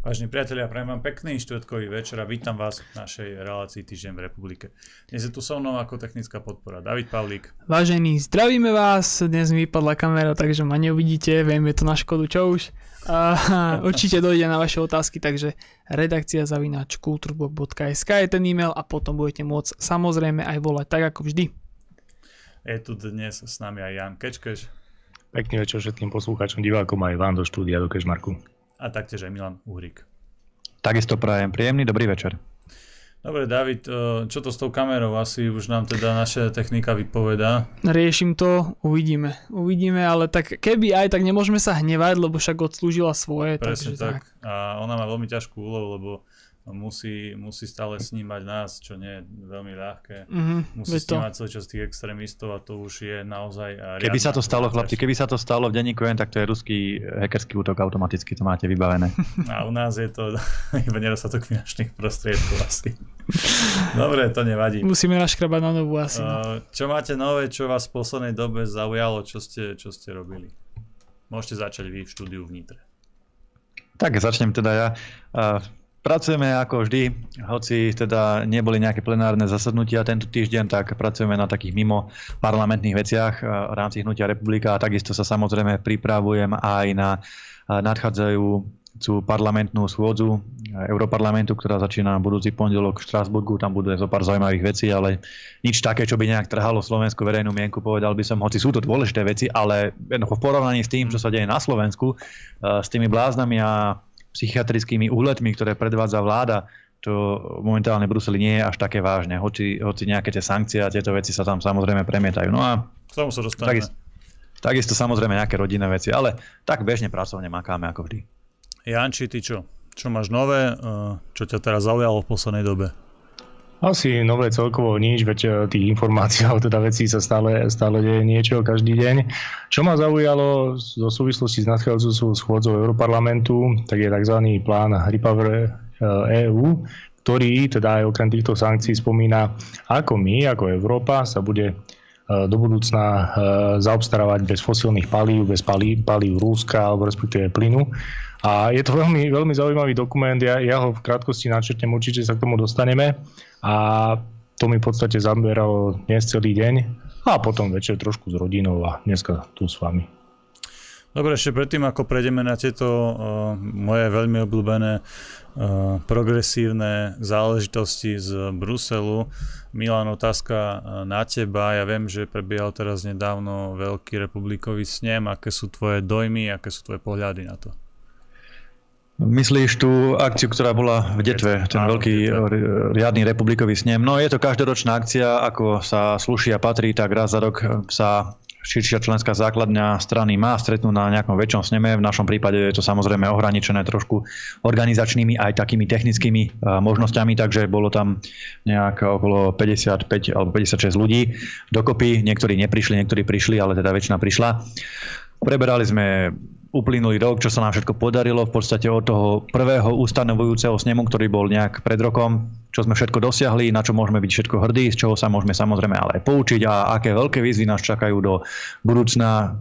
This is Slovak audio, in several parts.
Vážení priatelia, prajem vám pekný štvrtkový večer a vítam vás v našej relácii Týždeň v republike. Dnes je tu so mnou ako technická podpora David Pavlík. Vážení, zdravíme vás, dnes mi vypadla kamera, takže ma neuvidíte, viem, je to na škodu, čo už. Určite dojde na vaše otázky, takže redakcia@kulturblog.sk je ten e-mail a potom budete môcť samozrejme aj volať tak ako vždy. Je tu dnes s nami aj Jan Kečkeš. Pekný večer všetkým poslucháčom, divákom aj vám do štúdia, do Kežmarku. A taktiež aj Milan Uhrík. Takisto prajem príjemný dobrý večer. Dobre, David, čo to s tou kamerou? Asi už nám teda naša technika vypovedá. Riešim to, uvidíme, ale tak keby aj, tak nemôžeme sa hnevať, lebo však odslúžila svoje. Presne tak. A ona má veľmi ťažkú úlohu, lebo musí stále snímať nás, čo nie je veľmi ľahké. Musí snímať celý čas tých extrémistov a to už je naozaj... Keby sa to stalo, chlapci, keby sa to stalo v denníku N, tak to je ruský hackerský útok automaticky, to máte vybavené. A u nás je to iba nedostatok finančných prostriedkov asi. Dobre, to nevadí. Musíme naškrabať na novú asi. Čo máte nové, čo vás v poslednej dobe zaujalo, čo ste robili? Môžete začať vy v štúdiu v Nitre. Tak začnem teda ja. Pracujeme ako vždy, hoci teda neboli nejaké plenárne zasadnutia tento týždeň, tak pracujeme na takých mimo parlamentných veciach v rámci Hnutia Republika a takisto sa samozrejme pripravujem aj na nadchádzajúcu parlamentnú schôdzu Europarlamentu, ktorá začína budúci pondelok v Štrasburgu. Tam bude zo pár zaujímavých vecí, ale nič také, čo by nejak trhalo slovenskú verejnú mienku, povedal by som, hoci sú to dôležité veci, ale v porovnaní s tým, čo sa deje na Slovensku, s tými bláznami a psychiatrickými úletmi, ktoré predvádza vláda, to momentálne v Bruseli nie je až také vážne. Hoci nejaké tie sankcie a tieto veci sa tam samozrejme premietajú. No a tomu sa dostaneme. Takisto samozrejme nejaké rodinné veci, ale tak bežne pracovne makáme ako vždy. Janči, ty čo? Čo máš nové? Čo ťa teraz zaujalo v poslednej dobe? Asi nové celkovo nič, veď tých informácií alebo teda vecí sa stále deje niečo každý deň. Čo ma zaujalo zo súvislosti s nadchádzajúcou schôdzou Europarlamentu, tak je tzv. Plán Repower EU, ktorý teda aj okrem týchto sankcií spomína, ako my, ako Európa sa bude do budúcna zaobstarávať bez fosílnych palív, bez palív Ruska alebo respektíve plynu. A je to veľmi, veľmi zaujímavý dokument, ja ho v krátkosti načrtnem, určite sa k tomu dostaneme a to mi v podstate zaberalo dnes celý deň a potom večer trošku s rodinou a dneska tu s vami. Dobre, ešte predtým, ako prejdeme na tieto moje veľmi obľúbené progresívne záležitosti z Bruselu, Milan, otázka na teba. Ja viem, že prebiehal teraz nedávno veľký republikový snem. Aké sú tvoje dojmy, aké sú tvoje pohľady na to? Myslíš tú akciu, ktorá bola v Detve, ten veľký riadny republikový snem? No je to každoročná akcia, ako sa slúši a patrí, tak raz za rok sa širšia členská základňa strany má stretnúť na nejakom väčšom sneme. V našom prípade je to samozrejme ohraničené trošku organizačnými aj takými technickými možnosťami, takže bolo tam nejak okolo 55 alebo 56 ľudí dokopy. Niektorí neprišli, niektorí prišli, ale teda väčšina prišla. Preberali sme uplynulý rok, čo sa nám všetko podarilo v podstate od toho prvého ustanovujúceho snemu, ktorý bol nejak pred rokom, čo sme všetko dosiahli, na čo môžeme byť všetko hrdí, z čoho sa môžeme samozrejme ale aj poučiť a aké veľké výzvy nás čakajú do budúcna,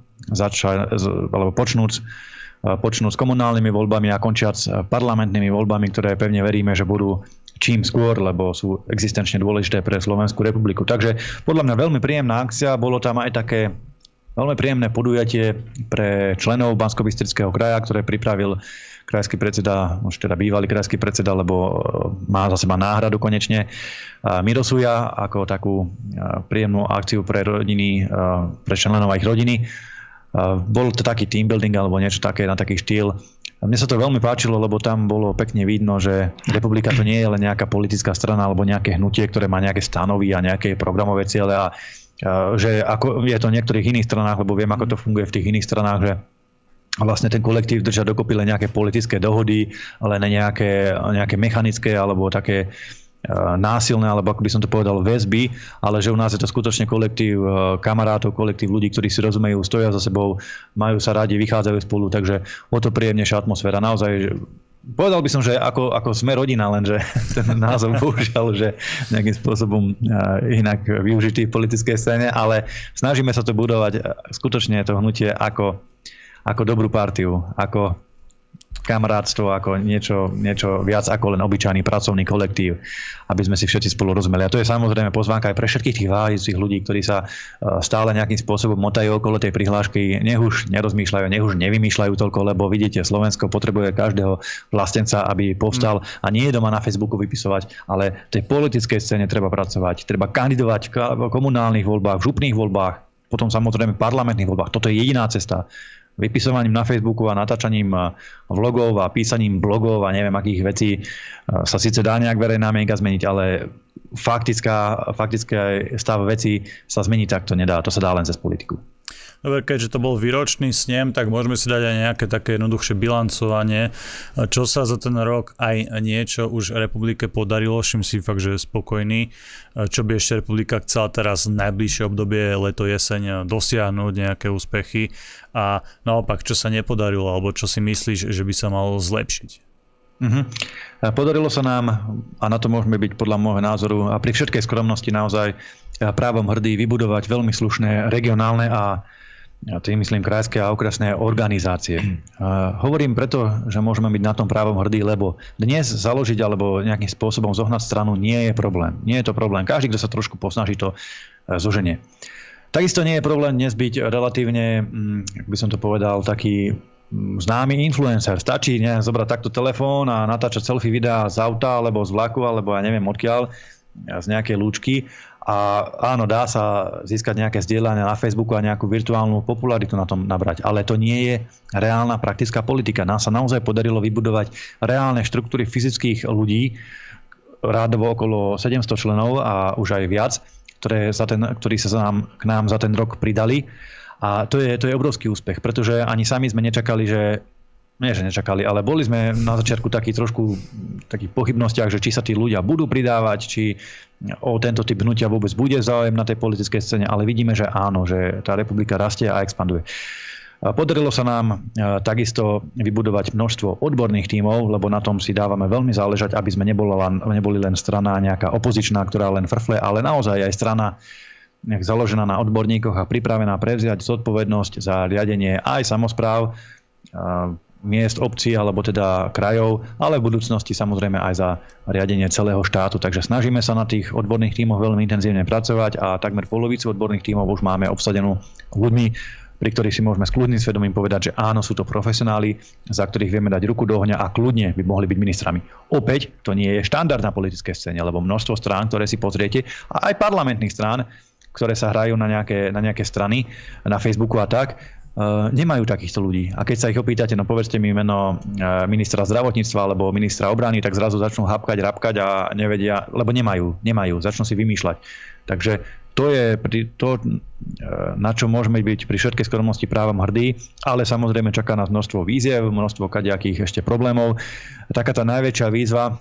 počnúc s komunálnymi voľbami a končiac parlamentnými voľbami, ktoré pevne veríme, že budú čím skôr, lebo sú existenčne dôležité pre Slovenskú republiku. Takže podľa mňa veľmi príjemná akcia, bolo tam aj také veľmi príjemné podujatie pre členov Banskobystrického kraja, ktoré pripravil krajský predseda, už teda bývalý krajský predseda, lebo má za seba náhradu konečne, Mirosuja, ako takú príjemnú akciu pre rodiny, pre členov ich rodiny. Bol to taký team building alebo niečo také na taký štýl. Mne sa to veľmi páčilo, lebo tam bolo pekne vidno, že republika to nie je len nejaká politická strana alebo nejaké hnutie, ktoré má nejaké stanovy a nejaké programové ciele a že ako je to v niektorých iných stranách, lebo viem, ako to funguje v tých iných stranách, že vlastne ten kolektív držia dokopy len nejaké politické dohody, ale ne nejaké mechanické alebo také násilné, alebo ako by som to povedal, väzby, ale že u nás je to skutočne kolektív kamarátov, kolektív ľudí, ktorí si rozumejú, stoja za sebou, majú sa radi, vychádzajú spolu, takže o to príjemnejšia atmosféra. Naozaj povedal by som, že ako sme rodina, lenže ten názov bohužiaľ, že nejakým spôsobom inak využitý v politickej scéne, ale snažíme sa to budovať skutočne to hnutie ako dobrú partiu, ako kamarátstvo, ako niečo viac ako len obyčajný pracovný kolektív, aby sme si všetci spolu rozumeli. A to je samozrejme pozvánka aj pre všetkých tých váhajúcich ľudí, ktorí sa stále nejakým spôsobom motajú okolo tej prihlášky, nech už nerozmýšľajú, nech už nevymýšľajú toľko, lebo vidíte, Slovensko potrebuje každého vlastenca, aby povstal a nie je doma na Facebooku vypisovať, ale v tej politickej scéne treba pracovať, treba kandidovať v komunálnych voľbách, v župných voľbách, potom samozrejme v parlamentných voľbách. Toto je jediná cesta. Vypisovaním na Facebooku a natáčaním vlogov a písaním blogov a neviem akých vecí sa síce dá nejak verejná mienka zmeniť, ale faktické stav vecí sa zmeniť takto nedá. To sa dá len cez politiku. Dobre, keďže to bol výročný snem, tak môžeme si dať aj nejaké také jednoduchšie bilancovanie, čo sa za ten rok aj niečo už republike podarilo, čím si fakt, že je spokojný, čo by ešte republika chcela teraz v najbližšie obdobie, leto, jeseň dosiahnuť nejaké úspechy a naopak, čo sa nepodarilo, alebo čo si myslíš, že by sa malo zlepšiť. Podarilo sa nám, a na to môžeme byť podľa môjho názoru a pri všetkej skromnosti naozaj právom hrdí vybudovať veľmi slušné regionálne a tým myslím krajské a okresné organizácie. Hovorím preto, že môžeme byť na tom právom hrdí, lebo dnes založiť alebo nejakým spôsobom zohnať stranu nie je problém. Nie je to problém. Každý, kto sa trošku posnaží, to zoženie. Takisto nie je problém dnes byť relatívne, jak by som to povedal, taký známy influencer. Stačí zobrať takto telefón a natáčať selfie videá z auta alebo z vlaku alebo ja neviem odkiaľ, z nejakej lúčky. A áno, dá sa získať nejaké zdieľanie na Facebooku a nejakú virtuálnu popularitu na tom nabrať. Ale to nie je reálna praktická politika. Nám sa naozaj podarilo vybudovať reálne štruktúry fyzických ľudí, rádovo okolo 700 členov a už aj viac, ktorí sa k nám za ten rok pridali. A to je obrovský úspech, pretože ani sami sme nečakali, ale boli sme na začiatku takých pochybnostiach, že či sa tí ľudia budú pridávať, či o tento typ hnutia vôbec bude záujem na tej politickej scéne, ale vidíme, že áno, že tá republika rastie a expanduje. Podarilo sa nám takisto vybudovať množstvo odborných tímov, lebo na tom si dávame veľmi záležať, aby sme neboli len strana nejaká opozičná, ktorá len frfle, ale naozaj aj strana založená na odborníkoch a pripravená prevziať zodpovednosť za riadenie aj samospráv, miest, obcí alebo teda krajov, ale v budúcnosti samozrejme aj za riadenie celého štátu. Takže snažíme sa na tých odborných tímoch veľmi intenzívne pracovať a takmer polovicu odborných tímov už máme obsadenú ľuďmi, pri ktorých si môžeme s kľudným svedomím povedať, že áno, sú to profesionáli, za ktorých vieme dať ruku do ohňa a kľudne by mohli byť ministrami. Opäť, to nie je štandard na politickej scéne, lebo množstvo strán, ktoré si pozriete, a aj parlamentných strán, ktoré sa hrajú na nejaké strany na Facebooku a tak, nemajú takýchto ľudí. A keď sa ich opýtate, no povedzte mi meno ministra zdravotníctva alebo ministra obrany, tak zrazu začnú rapkať a nevedia, lebo nemajú, začnú si vymýšľať. Takže to je to, na čo môžeme byť pri všetkej skromnosti právom hrdí, ale samozrejme čaká nás množstvo výziev, množstvo kadejakých ešte problémov. Taká tá najväčšia výzva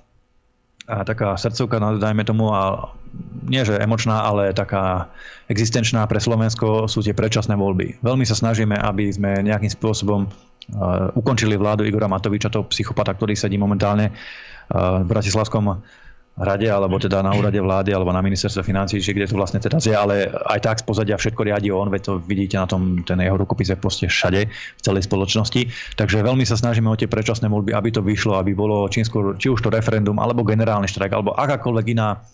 a taká srdcovka, dajme tomu, a nie že emočná, ale taká existenčná pre Slovensko sú tie predčasné voľby. Veľmi sa snažíme, aby sme nejakým spôsobom ukončili vládu Igora Matoviča, toho psychopata, ktorý sedí momentálne v Bratislavskom rade, alebo teda na úrade vlády, alebo na ministerstve financií, či kde to vlastne teda je, ale aj tak z pozadia všetko riadi on, veď to vidíte na tom, ten jeho rukopis je proste všade v celej spoločnosti. Takže veľmi sa snažíme o tie predčasné voľby, aby to vyšlo, aby bolo či už to referendum, alebo generálny štrajk, alebo akákoľvek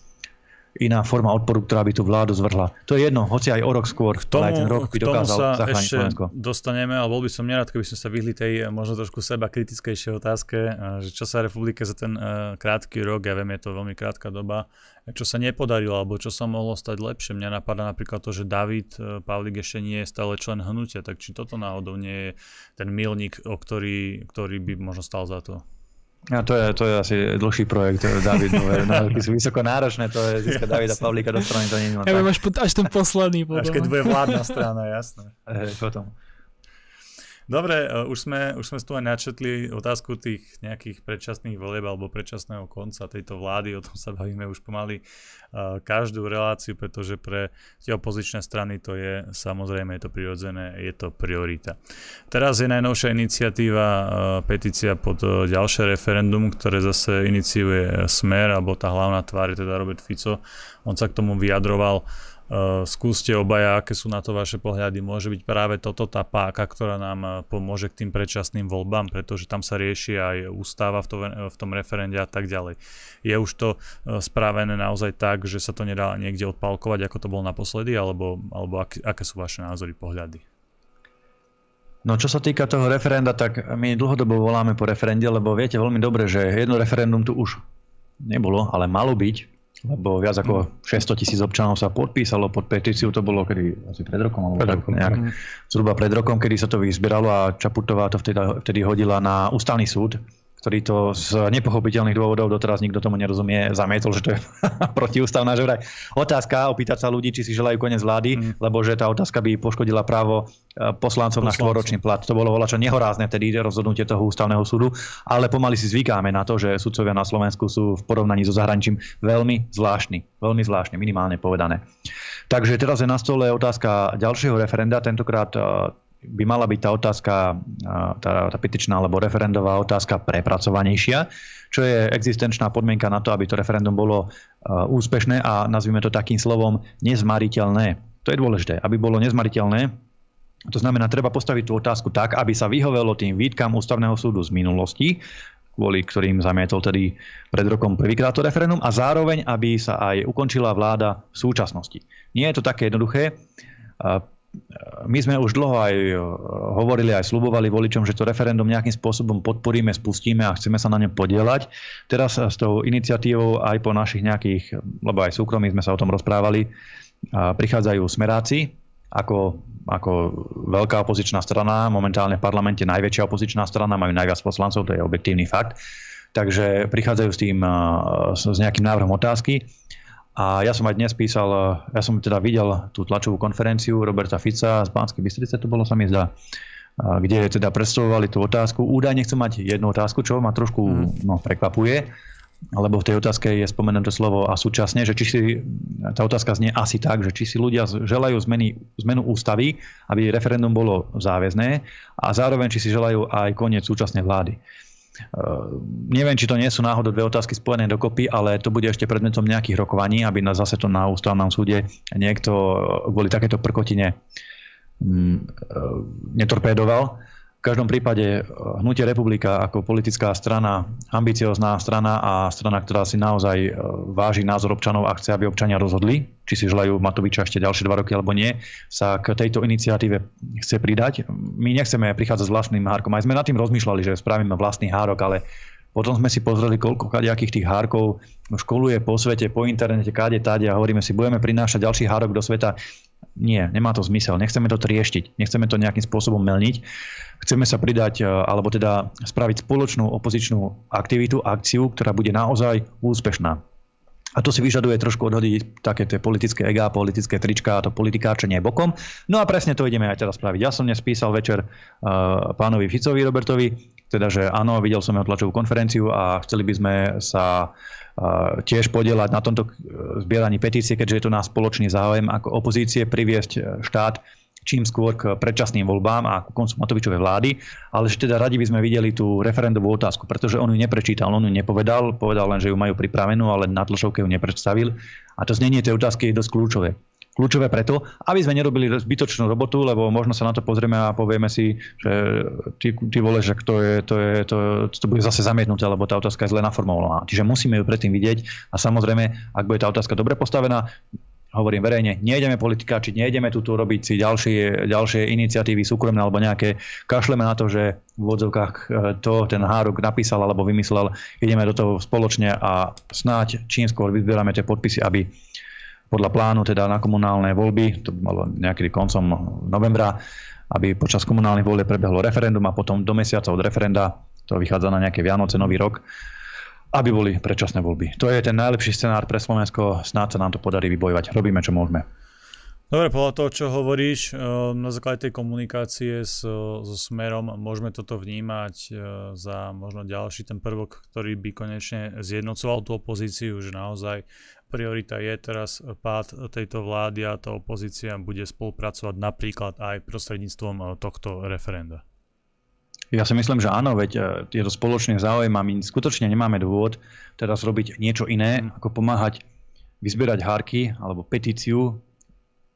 iná forma odporu, ktorá by tú vládu zvrhla. To je jedno, hoci aj o rok skôr, ale aj ten rok by dokázal zachrániť Slovensko. Dostaneme, ale bol by som nerád, keby sme sa vyhli tej možno trošku seba kritickejšej otázke, že čo sa republike za ten krátky rok, ja viem, je to veľmi krátka doba, čo sa nepodarilo, alebo čo sa mohlo stať lepšie. Mňa napadá napríklad to, že David Pavlík ešte nie je stále člen hnutia, tak či toto náhodou nie je ten milník, ktorý by možno stal za to? A to je asi dlhší projekt, David. Sú vysoko náročné, to je získať Davida Pavlíka do strany, to nie je len tak. Ja máš až ten posledný potom. Až keď bude vládna strana, jasné. Potom. Dobre, už sme tu aj načetli otázku tých nejakých predčasných volieb alebo predčasného konca tejto vlády, o tom sa bavíme už pomaly každú reláciu, pretože pre tie opozičné strany to je samozrejme, je to prirodzené, je to priorita. Teraz je najnovšia iniciatíva, petícia pod ďalšie referendum, ktoré zase iniciuje Smer, alebo tá hlavná tvár je teda Robert Fico. On sa k tomu vyjadroval Skúste obaja, aké sú na to vaše pohľady. Môže byť práve toto tá páka, ktorá nám pomôže k tým predčasným voľbám, pretože tam sa rieši aj ústava v tom referende a tak ďalej. Je už to spravené naozaj tak, že sa to nedá niekde odpálkovať, ako to bolo naposledy, alebo aké sú vaše názory, pohľady? No čo sa týka toho referenda, tak my dlhodobo voláme po referende, lebo viete veľmi dobre, že jedno referendum tu už nebolo, ale malo byť, lebo viac ako 600 000 občanov sa podpísalo pod petíciu, to bolo kedy asi pred rokom, alebo zhruba pred rokom, kedy sa to vyzbieralo a Čaputová to vtedy hodila na ústavný súd, ktorý to z nepochopiteľných dôvodov, doteraz nikto tomu nerozumie, zamietol, že to je protiústavná, že vraj otázka, opýtať sa ľudí, či si želajú koniec vlády, lebo že tá otázka by poškodila právo poslancov na 4-ročný plat. To bolo voľačo nehorázne vtedy rozhodnutie toho ústavného súdu, ale pomaly si zvykáme na to, že sudcovia na Slovensku sú v porovnaní so zahraničím veľmi zvláštni, minimálne povedané. Takže teraz je na stole otázka ďalšieho referenda, tentokrát by mala byť tá otázka, tá petičná alebo referendová otázka prepracovanejšia, čo je existenčná podmienka na to, aby to referendum bolo úspešné a nazvime to takým slovom nezmariteľné. To je dôležité, aby bolo nezmariteľné. To znamená, treba postaviť tú otázku tak, aby sa vyhovelo tým výtkam ústavného súdu z minulosti, kvôli ktorým zamietol tedy pred rokom prvýkrát to referendum a zároveň, aby sa aj ukončila vláda v súčasnosti. Nie je to také jednoduché. My sme už dlho aj hovorili, aj sľubovali voličom, že to referendum nejakým spôsobom podporíme, spustíme a chceme sa na ňom podieľať. Teraz s tou iniciatívou aj po našich nejakých, lebo aj súkromí sme sa o tom rozprávali, prichádzajú smeráci ako veľká opozičná strana, momentálne v parlamente najväčšia opozičná strana, majú najviac poslancov, to je objektívny fakt. Takže prichádzajú s nejakým návrhom otázky. A ja som aj dnes písal, ja som teda videl tú tlačovú konferenciu Roberta Fica z Banskej Bystrice, to bolo sa mi zdá, kde teda predstavovali tú otázku. Údajne chcú mať jednu otázku, čo ma trošku prekvapuje, lebo v tej otázke je spomenuté slovo a súčasne, že či si, tá otázka znie asi tak, že či si ľudia želajú zmenu ústavy, aby referendum bolo záväzné a zároveň či si želajú aj koniec súčasnej vlády. Neviem, či to nie sú náhodou dve otázky spojené dokopy, ale to bude ešte predmetom nejakých rokovaní, aby nás zase to na ústavnom súde niekto kvôli takéto prkotine netorpédoval. V každom prípade Hnutie Republika ako politická strana, ambiciózna strana a strana, ktorá si naozaj váži názor občanov a chce, aby občania rozhodli, či si želajú Matoviča ešte ďalšie 2 roky alebo nie, sa k tejto iniciatíve chce pridať. My nechceme prichádzať s vlastným hárkom. Aj sme nad tým rozmýšľali, že spravíme vlastný hárok, ale potom sme si pozreli, koľko kadejakých tých hárkov školuje po svete, po internete, káde, táde a hovoríme si, budeme prinášať ďalší hárok do sveta. Nie, nemá to zmysel. Nechceme to trieštiť, nechceme to nejakým spôsobom melniť. Chceme sa pridať, alebo teda spraviť spoločnú opozičnú akciu, ktorá bude naozaj úspešná. A to si vyžaduje trošku odhodiť také tie politické egá, politické trička a to politikáčenie bokom. No a presne to ideme aj teraz spraviť. Ja som dnes písal večer pánovi Ficovi Robertovi, teda, že áno, videl som jeho tlačovú konferenciu a chceli by sme sa tiež podieľať na tomto zbieraní petície, keďže je to náš spoločný záujem ako opozície priviesť štát čím skôr k predčasným voľbám a ku koncu Matovičovej vlády, ale že teda radi by sme videli tú referendovú otázku, pretože on ju neprečítal, on ju nepovedal, povedal len, že ju majú pripravenú, ale na tlačovke ju nepredstavil a to znenie tej otázky je dosť kľúčové. Kľúčové preto, aby sme nerobili zbytočnú robotu, lebo možno sa na to pozrieme a povieme si, že ty vole, že to bude zase zamietnuté, lebo tá otázka je zle naformulovaná. Čiže musíme ju predtým vidieť a samozrejme, ak bude tá otázka dobre postavená, hovorím verejne, nejdeme politikáčiť, nejdeme tu robiť si ďalšie iniciatívy súkromné alebo nejaké, kašleme na to, že v úvodzovkách ten hárok napísal alebo vymyslel, ideme do toho spoločne a snáď čím skôr vyzbierame tie podpisy, aby podľa plánu teda na komunálne voľby, to malo nejaký koncom novembra, aby počas komunálnych volieb prebehlo referendum a potom do mesiaca od referenda, to vychádza na nejaké Vianoce, Nový rok, aby boli predčasné voľby. To je ten najlepší scenár pre Slovensko, snáď sa nám to podarí vybojovať. Robíme, čo môžeme. Dobre, podľa toho, čo hovoríš, na základe tej komunikácie so Smerom môžeme toto vnímať za možno ďalší ten prvok, ktorý by konečne zjednocoval tú opozíciu, že naozaj priorita je teraz pád tejto vlády a tá opozícia bude spolupracovať napríklad aj prostredníctvom tohto referenda. Ja si myslím, že áno, veď je to spoločný záujem a my skutočne nemáme dôvod teraz robiť niečo iné, ako pomáhať vyzbierať hárky alebo petíciu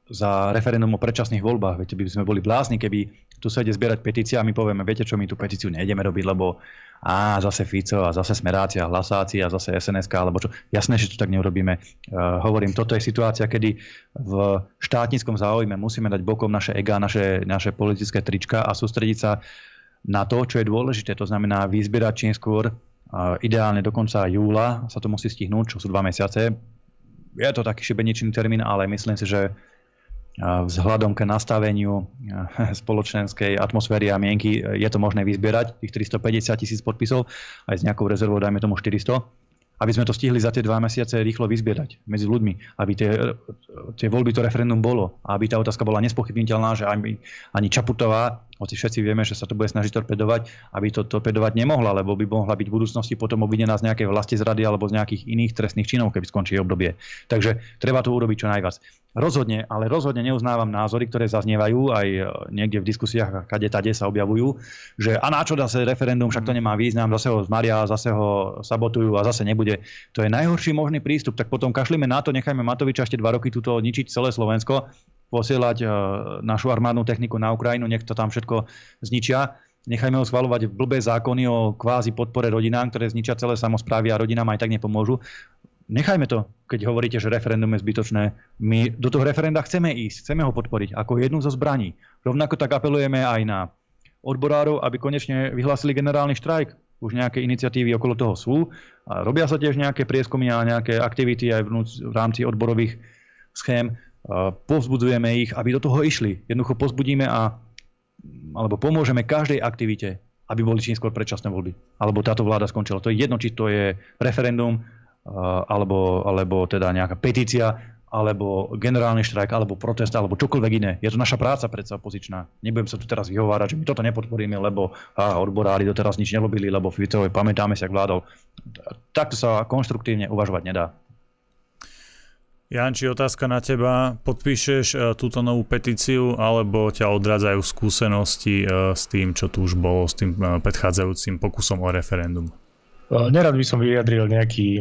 za referendum o predčasných voľbách. Viete, by sme boli blázni, keby tu sa ide zbierať petícia a my povieme, viete čo, my tú petíciu nejdeme robiť, lebo zase Fico a zase Smeráci a Hlasáci a zase SNS alebo čo. Jasné, že to tak neurobíme. Hovorím, toto je situácia, kedy v štátnickom záujme musíme dať bokom naše ega, naše politické trička a sústrediť sa na to, čo je dôležité. To znamená vyzbierať čím skôr, ideálne do konca júla sa to musí stihnúť, čo sú 2 mesiace. Je to taký šibeničný termín, ale myslím si, že vzhľadom k nastaveniu spoločenskej atmosféry a mienky je to možné vyzbierať tých 350 000 podpisov aj s nejakou rezervou, dajme tomu 400, aby sme to stihli za tie 2 mesiace rýchlo vyzbierať medzi ľuďmi, aby tie voľby, to referendum bolo, aby tá otázka bola nespochybniteľná, že ani Čaputová, hoci všetci vieme, že sa to bude snažiť torpedovať, aby to torpedovať nemohla, lebo by mohla byť v budúcnosti potom obvinená z nejakej vlastizrady alebo z nejakých iných trestných činov, keby skončí obdobie. Takže treba to urobiť čo najviac. Rozhodne neuznávam názory, ktoré zaznievajú aj niekde v diskusiách, kade tade sa objavujú, že a na čo zase referendum, však to nemá význam, zase ho zmaria, zase ho sabotujú a zase nebude. To je najhorší možný prístup, tak potom kašlíme na to, nechajme Matoviča ešte 2 roky tuto ničiť celé Slovensko, posielať našu armádnu techniku na Ukrajinu, nech to tam všetko zničia. Nechajme ho schvaľovať blbé zákony o kvázi podpore rodinám, ktoré zničia celé samosprávy a rodinám aj tak nepomôžu. Nechajme to, keď hovoríte, že referendum je zbytočné. My do toho referenda chceme ísť, chceme ho podporiť ako jednu zo zbraní. Rovnako tak apelujeme aj na odborárov, aby konečne vyhlásili generálny štrajk. Už nejaké iniciatívy okolo toho sú. A robia sa tiež nejaké prieskumy a nejaké aktivity aj v rámci odborových schém. Povzbudzujeme ich, aby do toho išli. Jednoducho povzbudíme alebo pomôžeme každej aktivite, aby boli čím skôr predčasné voľby. Alebo táto vláda skončila. To je jedno, či to je referendum, alebo teda nejaká petícia, alebo generálny štrajk, alebo protest, alebo čokoľvek iné. Je to naša práca predsa opozičná. Nebudem sa tu teraz vyhovárať, že my toto nepodporíme, lebo odborári doteraz nič nelobili, lebo Ficovi pamätáme si, ak vládol. Takto sa konštruktívne uvažovať nedá. Janči, otázka na teba. Podpíšeš túto novú petíciu, alebo ťa odrádzajú skúsenosti s tým, čo tu už bolo, s tým predchádzajúcim pokusom o referendum? Nerad by som vyjadril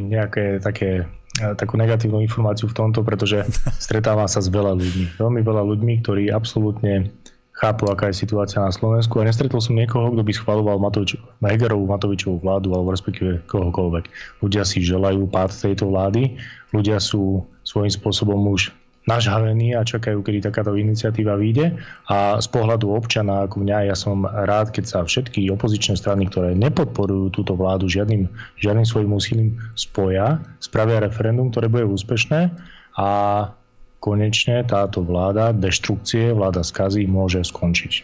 takú negatívnu informáciu v tomto, pretože stretávam sa s veľa ľuďmi. Veľmi veľa ľuďmi, ktorí absolútne chápu, aká je situácia na Slovensku a nestretol som niekoho, kto by schvaľoval Hegerovú Matovičovú vládu alebo respektíve kohokoľvek. Ľudia si želajú pád tejto vlády, ľudia sú svojím spôsobom už nažhavení a čakajú, kedy takáto iniciatíva vyjde. A z pohľadu občana ako mňa, ja som rád, keď sa všetky opozičné strany, ktoré nepodporujú túto vládu žiadnym svojím úsilím, spoja, spravia referendum, ktoré bude úspešné a konečne táto vláda deštrukcie, vláda skazy môže skončiť.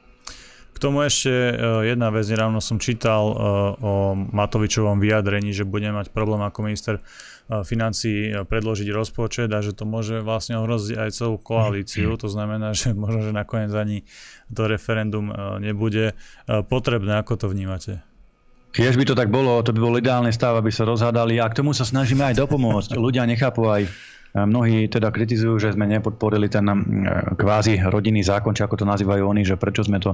K tomu ešte jedna vec, nedávno som čítal o Matovičovom vyjadrení, že bude mať problém ako minister financií predložiť rozpočet a že to môže vlastne ohroziť aj celú koalíciu. To znamená, že možno, že nakoniec ani to referendum nebude potrebné. Ako to vnímate? Keď by to tak bolo, to by bol ideálny stav, aby sa rozhádali a k tomu sa snažíme aj dopomôcť. Ľudia nechápu aj. Mnohí teda kritizujú, že sme nepodporili ten kvázi rodinný zákon, či ako to nazývajú oni, že prečo sme to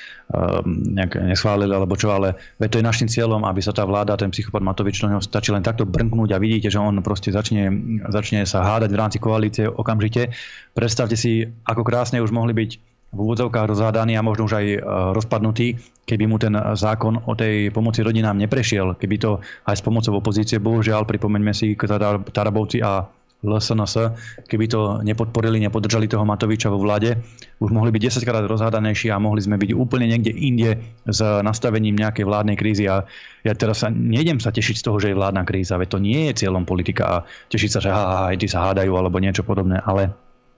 nejak neschválili alebo čo, ale to je našim cieľom, aby sa tá vláda, ten psychopat Matovič, to stačí len takto brnknúť a vidíte, že on proste začne sa hádať v rámci koalície okamžite. Predstavte si, ako krásne už mohli byť v úvodzovkách rozhádaní a možno už aj rozpadnutí, keby mu ten zákon o tej pomoci rodinám neprešiel, keby to aj s pomocou opozície, bohužiaľ, pripomeňme si Tarabovci a LSNS, keby to nepodporili, nepodržali toho Matoviča vo vláde, už mohli byť 10-krát rozhádanejší a mohli sme byť úplne niekde inde s nastavením nejakej vládnej krízy. A ja teraz nejdem sa tešiť z toho, že je vládna kríza, veď to nie je cieľom politika a tešiť sa, že aj tí sa hádajú alebo niečo podobné, ale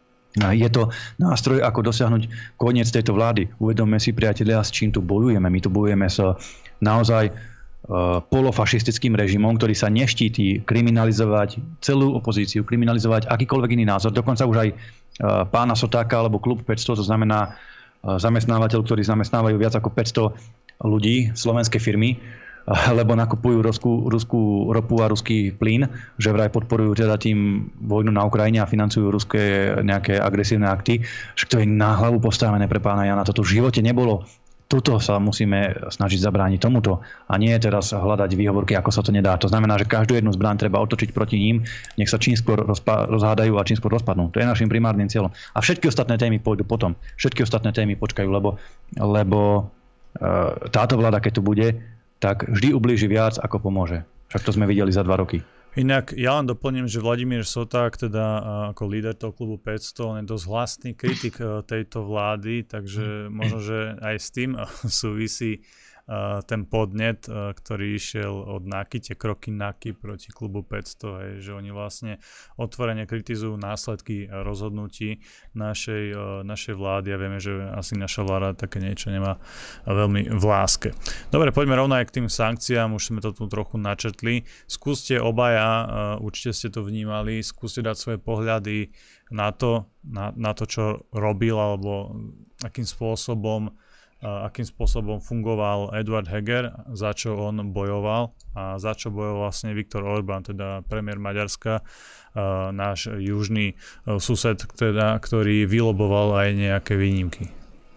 je to nástroj, ako dosiahnuť koniec tejto vlády. Uvedomme si, priatelia, s čím tu bojujeme. My tu bojujeme s naozaj polofašistickým režimom, ktorý sa neštíti kriminalizovať celú opozíciu, kriminalizovať akýkoľvek iný názor. Dokonca už aj pána Sotáka alebo klub 500, to znamená zamestnávateľ, ktorí zamestnávajú viac ako 500 ľudí, slovenské firmy, lebo nakupujú ruskú ropu a ruský plyn, že vraj podporujú teda tým vojnu na Ukrajine a financujú ruské nejaké agresívne akty. Však to je na hlavu postavené pre pána Jana. Toto v živote nebolo Toto sa musíme snažiť zabrániť tomuto a nie teraz hľadať výhovorky, ako sa to nedá. To znamená, že každú jednu zbraň treba otočiť proti ním, nech sa čím skôr rozhádajú a čím skôr rozpadnú. To je našim primárnym cieľom. A všetky ostatné témy pôjdu potom. Všetky ostatné témy počkajú, lebo táto vláda, keď tu bude, tak vždy ublíži viac, ako pomôže. Však to sme videli za 2 roky. Inak ja len doplním, že Vladimír Soták, teda ako líder toho klubu 500, on je dosť hlasný kritik tejto vlády, takže možno, že aj s tým súvisí ten podnet, ktorý išiel od NAKY, tie kroky NAKY proti klubu 500, že oni vlastne otvorene kritizujú následky rozhodnutí našej vlády a vieme, že asi naša vláda také niečo nemá veľmi v láske. Dobre, poďme rovno aj k tým sankciám, už sme to tu trochu načetli. Skúste obaja, určite ste to vnímali, skúste dať svoje pohľady na to, čo robil, alebo akým spôsobom fungoval Eduard Heger, za čo on bojoval a za čo bojoval vlastne Viktor Orbán, teda premiér Maďarska, náš južný sused, teda, ktorý vyloboval aj nejaké výnimky.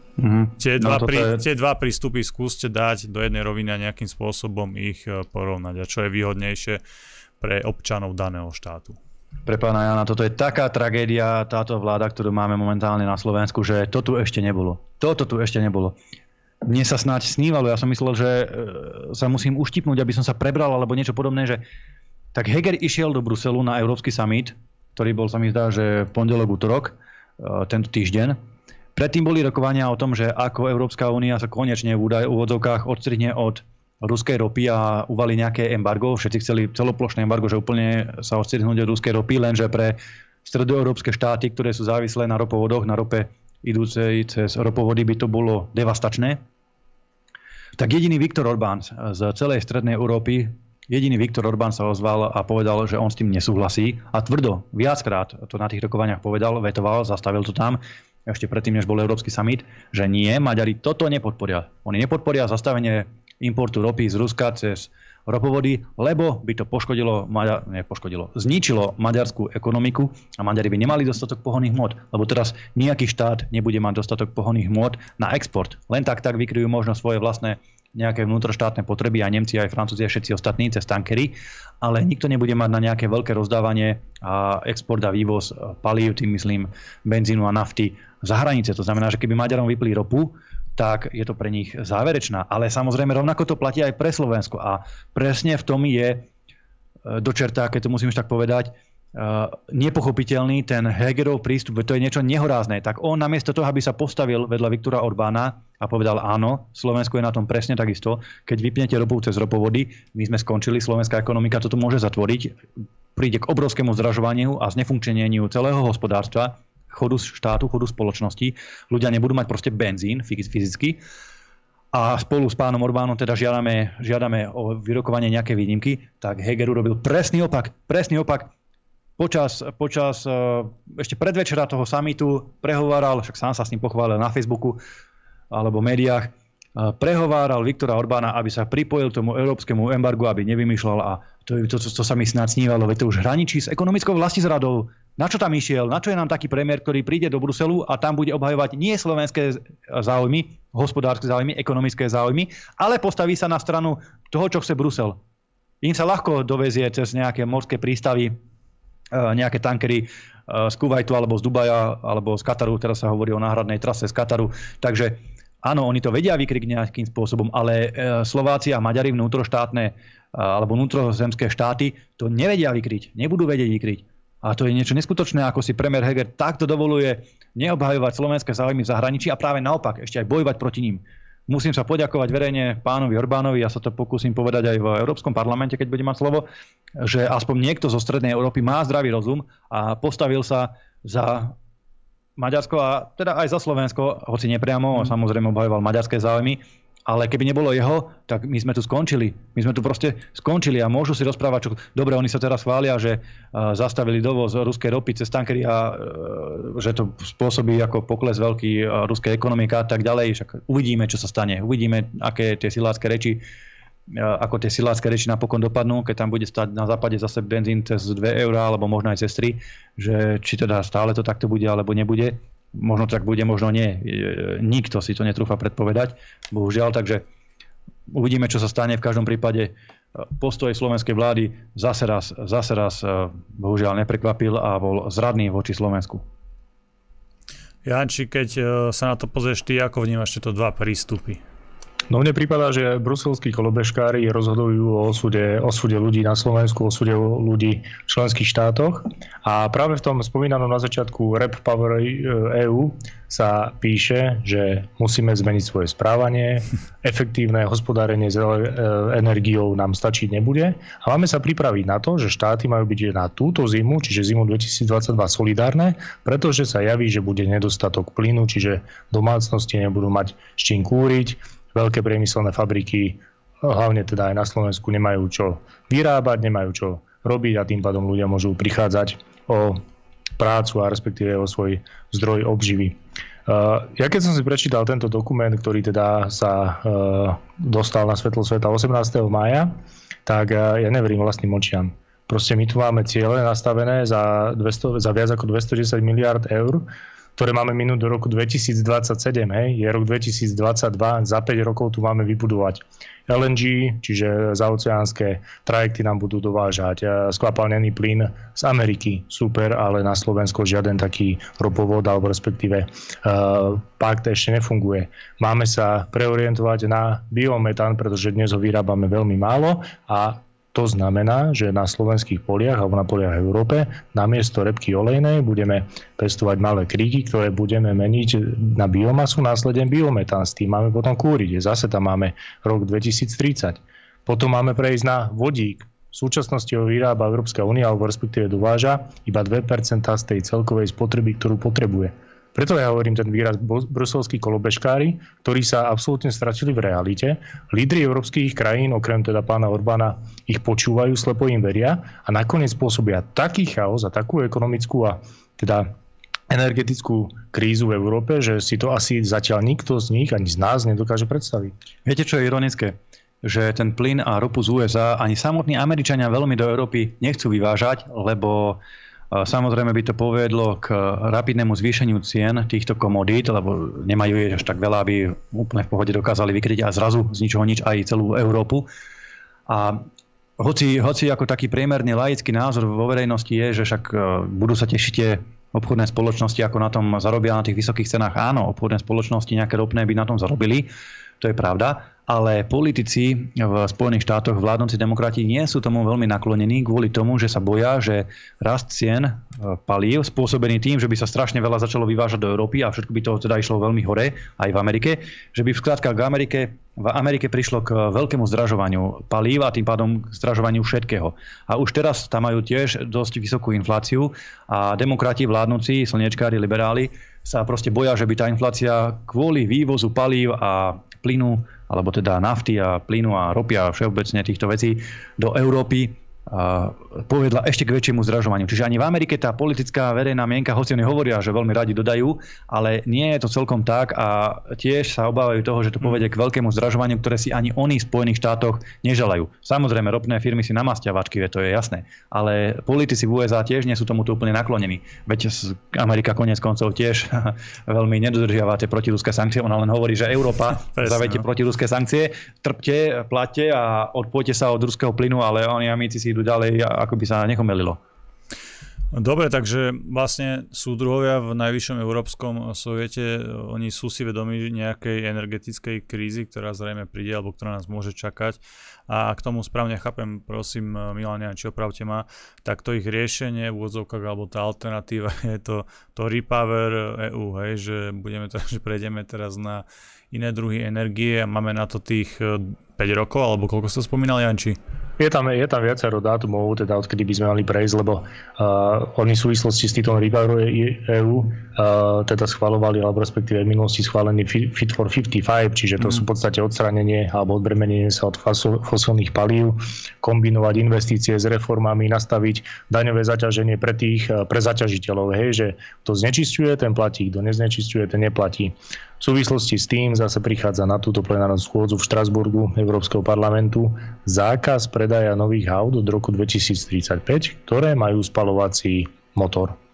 Tie dva prístupy skúste dať do jednej roviny a nejakým spôsobom ich porovnať. A čo je výhodnejšie pre občanov daného štátu? Pre pána Jana, toto je taká tragédia, táto vláda, ktorú máme momentálne na Slovensku, že to tu ešte nebolo. Toto tu ešte nebolo. Mne sa snáď snívalo, ja som myslel, že sa musím uštipnúť, aby som sa prebral, alebo niečo podobné, že tak Heger išiel do Bruselu na Európsky summit, ktorý bol, sa mi zdá, že pondelok, utorok, tento týždeň. Predtým boli rokovania o tom, že ako Európska únia sa konečne v úvodzovkách odstrihne od ruskej ropy a uvali nejaké embargo. Všetci chceli celoplošné embargo, že úplne sa odstrihnúť od ruskej ropy, lenže pre stredoeurópske štáty, ktoré sú závislé na ropovodoch, na rope idúcej cez ropovody, by to bolo devastačné. Tak jediný Viktor Orbán z celej strednej Európy, sa ozval a povedal, že on s tým nesúhlasí a tvrdo, viackrát to na tých rokovaniach povedal, vetoval, zastavil to tam, ešte predtým, než bol Európsky summit, že nie, Maďari toto nepodporia. Oni nepodporia zastavenie importu ropy z Ruska cez ropovody, lebo by to zničilo maďarskú ekonomiku a Maďari by nemali dostatok pohonných hmôt, lebo teraz nejaký štát nebude mať dostatok pohonných hmôt na export. Len tak vykryjú možno svoje vlastné nejaké vnútroštátne potreby, aj Nemci, aj Francúzi, aj všetci ostatní cez tankery, ale nikto nebude mať na nejaké veľké rozdávanie a export a vývoz palív, tým myslím benzínu a nafty za hranice. To znamená, že keby Maďarom vypli ropu, tak je to pre nich záverečná. Ale samozrejme rovnako to platí aj pre Slovensko. A presne v tom je do čerta, keď to musím už tak povedať, nepochopiteľný ten Hegerov prístup, to je niečo nehorázne. Tak on namiesto toho, aby sa postavil vedľa Viktora Orbána a povedal áno, Slovensko je na tom presne takisto, keď vypnete ropu cez ropovody, my sme skončili, slovenská ekonomika toto môže zatvoriť, príde k obrovskému zdražovaniu a znefunkčneniu celého hospodárstva, chodu štátu, chodu spoločnosti. Ľudia nebudú mať proste benzín fyzicky. A spolu s pánom Orbánom teda žiadame o vyrokovanie nejaké výnimky, tak Heger urobil presný opak. Počas ešte predvečera toho summitu prehováral, však sám sa s ním pochválil na Facebooku alebo v médiách, prehováral Viktora Orbána, aby sa pripojil tomu európskemu embargu, aby nevymýšľal a to sa mi snáď snívalo, veď to už hraničí s ekonomickou vlastizradou. Na čo tam išiel? Na čo je nám taký premiér, ktorý príde do Bruselu a tam bude obhajovať nie slovenské záujmy, hospodárske záujmy, ekonomické záujmy, ale postaví sa na stranu toho, čo chce Brusel. Im sa ľahko dovezie cez nejaké morské prístavy, nejaké tankery z Kuvajtu alebo z Dubaja alebo z Kataru, teraz sa hovorí o náhradnej trase z Kataru. Takže áno, oni to vedia vykryť nejakým spôsobom, ale Slováci a Maďari vnútroštátne alebo vnútrozemské štáty to nevedia vykryť, nebudú vedieť vykryť. A to je niečo neskutočné, ako si premiér Heger takto dovoluje neobhajovať slovenské záujmy v zahraničí a práve naopak ešte aj bojovať proti ním. Musím sa poďakovať verejne pánovi Orbánovi, ja sa to pokúsim povedať aj v Európskom parlamente, keď budem mať slovo, že aspoň niekto zo Strednej Európy má zdravý rozum a postavil sa za Maďarsko a teda aj za Slovensko, hoci nepriamo, samozrejme obhajoval maďarské záujmy, ale keby nebolo jeho, tak my sme tu skončili. My sme tu proste skončili a môžu si rozprávať, čo... Dobre, oni sa teraz chvália, že zastavili dovoz ruskej ropy cez tankery a že to spôsobí ako pokles veľký ruskej ekonomiky a tak ďalej. Však uvidíme, čo sa stane. Uvidíme, aké tie silácké reči napokon dopadnú, keď tam bude stať na západe zase benzín cez 2 eurá, alebo možno aj cez 3, že či teda stále to takto bude, alebo nebude. Možno tak bude, možno nie. Nikto si to netrúfa predpovedať, bohužiaľ, takže uvidíme, čo sa stane. V každom prípade postoj slovenskej vlády zase raz bohužiaľ neprekvapil a bol zradný voči Slovensku. Janči, keď sa na to pozrieš ty, ako vnímaš tieto dva prístupy? No mne prípada, že bruselskí kolobežkári rozhodujú o osude ľudí na Slovensku, o osude ľudí v členských štátoch. A práve v tom spomínanom na začiatku Rep Power EU sa píše, že musíme zmeniť svoje správanie, efektívne hospodárenie s energiou nám stačiť nebude a máme sa pripraviť na to, že štáty majú byť na túto zimu, čiže zimu 2022 solidárne, pretože sa javí, že bude nedostatok plynu, čiže domácnosti nebudú mať s čím kúriť. Veľké priemyselné fabriky, hlavne teda aj na Slovensku, nemajú čo vyrábať, nemajú čo robiť a tým pádom ľudia môžu prichádzať o prácu a respektíve o svoj zdroj obživy. Ja keď som si prečítal tento dokument, ktorý teda sa dostal na svetlo sveta 18. mája, tak ja neverím vlastným očiam. Proste my tu máme ciele nastavené za viac ako 210 miliard eur, ktoré máme minúť do roku 2027, je rok 2022, za 5 rokov tu máme vybudovať LNG, čiže zaoceánske trajekty nám budú dovážať skvapalnený plyn z Ameriky, super, ale na Slovensko žiaden taký ropovod, alebo respektíve pakt ešte nefunguje. Máme sa preorientovať na biometán, pretože dnes ho vyrábame veľmi málo a to znamená, že na slovenských poliach alebo na poliach v Európe namiesto repky olejnej budeme pestovať malé kríky, ktoré budeme meniť na biomasu, následne biometán. S tým máme potom kúriť. Zase tam máme rok 2030. Potom máme prejsť na vodík. V súčasnosti ho vyrába Európska únia alebo respektíve dováža iba 2% z tej celkovej spotreby, ktorú potrebuje. Preto ja hovorím ten výraz bruselskí kolobežkári, ktorí sa absolútne stratili v realite. Lídri európskych krajín, okrem teda pána Orbána, ich počúvajú, slepo im veria a nakoniec spôsobia taký chaos a takú ekonomickú a teda energetickú krízu v Európe, že si to asi zatiaľ nikto z nich ani z nás nedokáže predstaviť. Viete, čo je ironické? Že ten plyn a ropu z USA ani samotní Američania veľmi do Európy nechcú vyvážať, lebo samozrejme by to povedlo k rapidnému zvýšeniu cien týchto komodít, lebo nemajú je až tak veľa, aby úplne v pohode dokázali vykryť a zrazu z ničoho nič aj celú Európu. A hoci ako taký priemerný laický názor vo verejnosti je, že však budú sa tešiť tie obchodné spoločnosti, ako na tom zarobia na tých vysokých cenách. Áno, obchodné spoločnosti nejaké ropné by na tom zarobili, to je pravda, ale politici v Spojených štátoch, vládnoci demokrati, nie sú tomu veľmi naklonení kvôli tomu, že sa boja, že rast cien palív spôsobený tým, že by sa strašne veľa začalo vyvážať do Európy a všetko by to teda išlo veľmi hore aj v Amerike, že by skrátka v Amerike prišlo k veľkému zdražovaniu palív a tým pádom k zdražovaniu všetkého. A už teraz tam majú tiež dosť vysokú infláciu a demokrati vládnuci, slniečkári, liberáli sa proste boja, že by tá inflácia kvôli vývozu palív a plynu, alebo teda nafty a plynu a ropy a všeobecne týchto vecí do Európy povedla ešte k väčšiemu zdražovaniu. Čiže ani v Amerike tá politická verejná mienka, hoci oni hovoria, že veľmi radi dodajú, ale nie je to celkom tak a tiež sa obávajú toho, že to povedie k veľkému zdražovaniu, ktoré si ani oni v Spojených štátoch neželajú. Samozrejme, ropné firmy si namastia váčky, to je jasné, ale politici v USA tiež nie sú tomuto úplne naklonení. Veď Amerika koniec koncov tiež veľmi nedodržiava tie protiruské sankcie. Ona len hovorí, že Európa zavedie protiruské sankcie, trpte, platte a odpojte sa od ruského plynu, ale oni Amici si idú ďalej, ako by sa nechomelilo. Dobre, takže vlastne súdruhovia v najvyššom európskom soviete, oni sú si vedomí nejakej energetickej krízy, ktorá zrejme príde, alebo ktorá nás môže čakať. A ak tomu správne chápem, prosím, Milan, či opravte ma, tak to ich riešenie v úvodzovkách, alebo tá alternatíva je to Repower EU, hej, že prejdeme teraz na iné druhy energie a máme na to tých 5 rokov, alebo koľko ste spomínal, Janči? Je tam viacero dátumov, teda odkedy by sme mali prejsť, lebo oni v súvislosti s týmto Repower EU teda schvaľovali, alebo respektíve v minulosti schválený Fit for 55, čiže to sú v podstate odstránenie alebo odbremenenie sa od fosilných palív, kombinovať investície s reformami, nastaviť daňové zaťaženie pre zaťažiteľov, hej, že kto znečisťuje, ten platí, kto neznečisťuje, ten neplatí. V súvislosti s tým zase prichádza na túto plenárnu schôdzu v Štrasburgu Európskeho parlamentu zákaz predaja nových aut od roku 2035, ktoré majú spaľovací motor.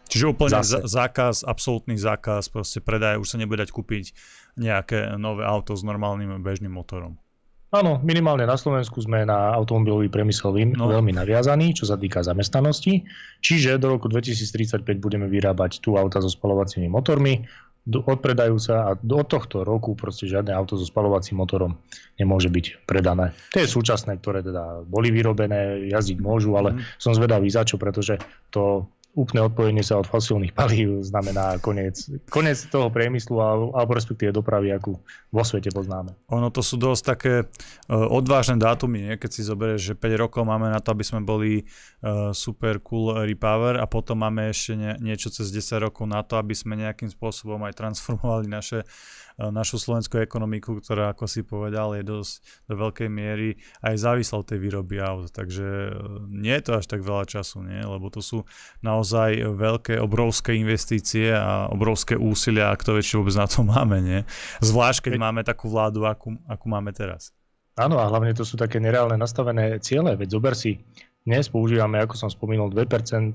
Čiže úplne zákaz, absolútny zákaz, proste predaj, už sa nebude dať kúpiť nejaké nové auto s normálnym bežným motorom. Áno, minimálne na Slovensku sme na automobilový priemysel veľmi naviazaní, čo sa týka zamestnanosti. Čiže do roku 2035 budeme vyrábať tu auta so spaľovacími motormi, odpredajú sa a od tohto roku proste žiadne auto so spaľovacím motorom nemôže byť predané. Tie súčasné, ktoré teda boli vyrobené, jazdiť môžu, ale som zvedavý za čo, pretože to úplné odpojenie sa od fosílnych palív znamená koniec toho priemyslu alebo respektíve dopravy, akú vo svete poznáme. Ono to sú dosť také odvážne dátumy, nie? Keď si zoberieš, že 5 rokov máme na to, aby sme boli super cool repower a potom máme ešte niečo cez 10 rokov na to, aby sme nejakým spôsobom aj transformovali našu slovenskú ekonomiku, ktorá, ako si povedal, je dosť do veľkej miery aj závislá od tej výroby aut. Takže nie je to až tak veľa času, nie? Lebo to sú naozaj veľké, obrovské investície a obrovské úsilia, a kto vie, či vôbec na to máme, nie? Zvlášť, keď máme takú vládu, akú máme teraz. Áno, a hlavne to sú také nereálne nastavené ciele, veď zober si, dnes používame, ako som spomínal, 2%,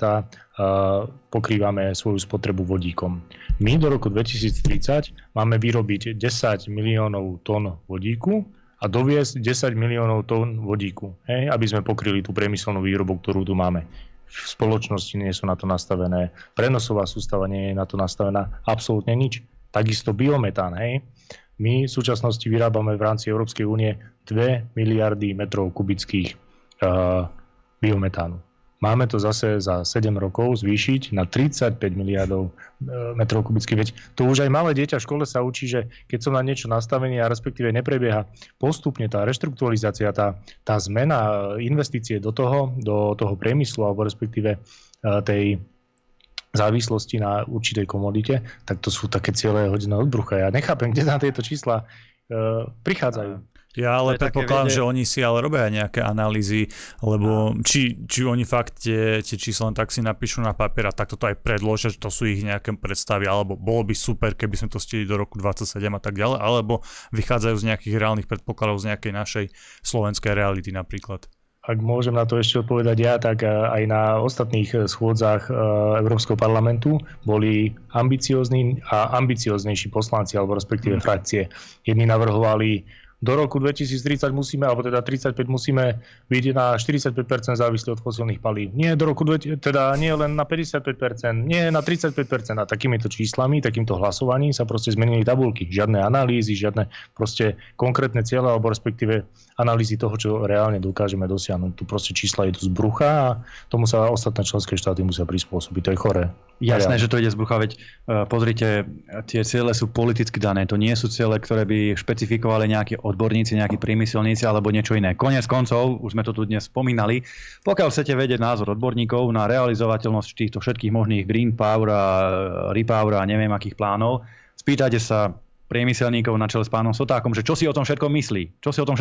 pokrývame svoju spotrebu vodíkom. My do roku 2030 máme vyrobiť 10 miliónov tón vodíku a doviesť 10 miliónov tón vodíku, aby sme pokryli tú priemyselnú výrobu, ktorú tu máme. V spoločnosti nie sú na to nastavené, prenosová sústava nie je na to nastavená, absolútne nič. Takisto biometán, My v súčasnosti vyrábame v rámci Európskej únie 2 miliardy metrov kubických biometánu. Máme to zase za 7 rokov zvýšiť na 35 miliardov metrov kubických. Veď to už aj malé dieťa v škole sa učí, že keď som na niečo nastavený a respektíve neprebieha postupne tá reštrukturalizácia, tá zmena investície do toho priemyslu alebo respektíve tej závislosti na určitej komodite, tak to sú také ciele hodené od brucha. Ja nechápem, kde na tieto čísla prichádzajú. Ja ale predpokladám, že oni si ale robia nejaké analýzy, lebo či oni fakt tie čísla len tak si napíšu na papier a takto to aj predložia, že to sú ich nejaké predstavy, alebo bolo by super, keby sme to stihli do roku 27 a tak ďalej, alebo vychádzajú z nejakých reálnych predpokladov z nejakej našej slovenskej reality napríklad. Ak môžem na to ešte odpovedať ja, tak aj na ostatných schôdzach Európskeho parlamentu boli ambiciózni a ambicioznejší poslanci, alebo respektíve frakcie. Jedni navrhovali do roku 2030 musíme, alebo teda 35 musíme byť na 45% závislí od fosílnych palív. Nie do roku teda nie len na 55%, nie na 35%. A takýmito číslami, takýmto hlasovaním sa proste zmenili tabulky. Žiadne analýzy, žiadne proste konkrétne ciele, alebo respektíve analýzy toho, čo reálne dokážeme dosiahnuť. Tu proste čísla idú z brucha a tomu sa ostatné členské štáty musia prispôsobiť. To je choré. Jasné, že to ide z brucha, veď pozrite, tie ciele sú politicky dané. To nie sú ciele, ktoré by špecifikovali nejaké odborníci, nejakí priemyselníci alebo niečo iné. Koniec koncov, už sme to tu dnes spomínali, pokiaľ chcete vedieť názor odborníkov na realizovateľnosť týchto všetkých možných green power a repower a neviem akých plánov, spýtajte sa priemyselníkov na čele s pánom Sotákom, že čo si o tom všetko myslí.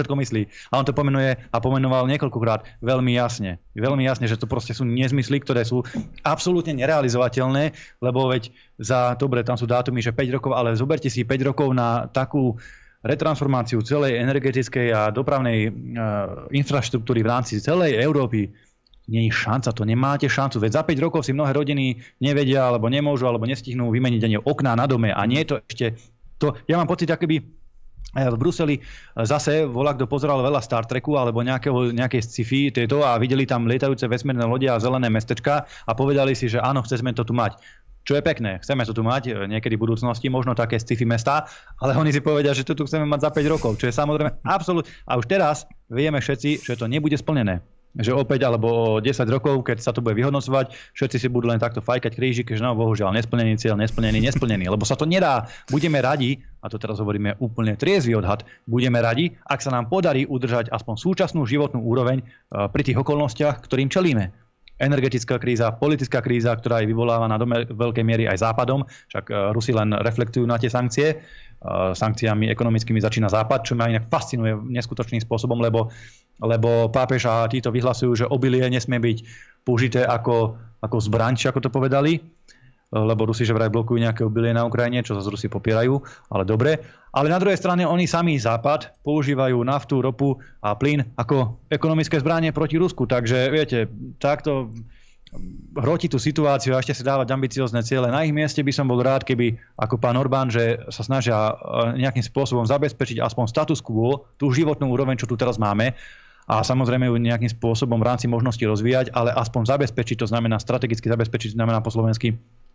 A on to pomenoval niekoľkokrát veľmi jasne, že to proste sú nezmysly, ktoré sú absolútne nerealizovateľné, lebo veď dobre, tam sú dátumy, že 5 rokov, ale zoberte si 5 rokov na takú retransformáciu celej energetickej a dopravnej infraštruktúry v rámci celej Európy. Nie je šanca, to nemáte šancu. Veď za 5 rokov si mnohé rodiny nevedia, alebo nemôžu, alebo nestihnú vymeniť ani okná na dome. A nie je to ešte... Ja mám pocit, akoby v Bruseli zase kto pozeral veľa Star Treku alebo nejakej sci-fi a videli tam lietajúce vesmírne lode a zelené mestečka a povedali si, že áno, chceme to tu mať. Čo je pekné, chceme to tu mať niekedy v budúcnosti, možno také sci-fi mestá, ale oni si povedia, že to tu chceme mať za 5 rokov, čo je samozrejme absolútne. A už teraz vieme všetci, že to nebude splnené. Že opäť alebo o 10 rokov, keď sa to bude vyhodnocovať, všetci si budú len takto fajkať krížiky, že no bohužiaľ nesplnený cieľ, nesplnený, lebo sa to nedá. Budeme radi, a to teraz hovoríme úplne triezvy odhad, budeme radi, ak sa nám podarí udržať aspoň súčasnú životnú úroveň pri tých okolnostiach, ktorým čelíme. Energetická kríza, politická kríza, ktorá je vyvolávaná do veľkej miery aj Západom, však Rusi len reflektujú na tie sankcie. Sankciami ekonomickými začína Západ, čo ma inak fascinuje neskutočným spôsobom, lebo pápež a títo vyhlasujú, že obilie nesmie byť použité ako zbraň, ako to povedali, lebo Rusi že vraj blokujú nejaké obilie na Ukrajine, čo zase Rusi popierajú, ale dobre. Ale na druhej strane oni sami Západ používajú naftu, ropu a plyn ako ekonomické zbranie proti Rusku. Takže viete, takto hrotiť tú situáciu a ešte si dávať ambiciózne ciele. Na ich mieste by som bol rád, keby ako pán Orbán, že sa snažia nejakým spôsobom zabezpečiť aspoň status quo, tú životnú úroveň, čo tu teraz máme, a samozrejme ju nejakým spôsobom v rámci možnosti rozvíjať, ale aspoň zabezpečiť, to znamená strategicky zabezpečiť, znamená po slovensky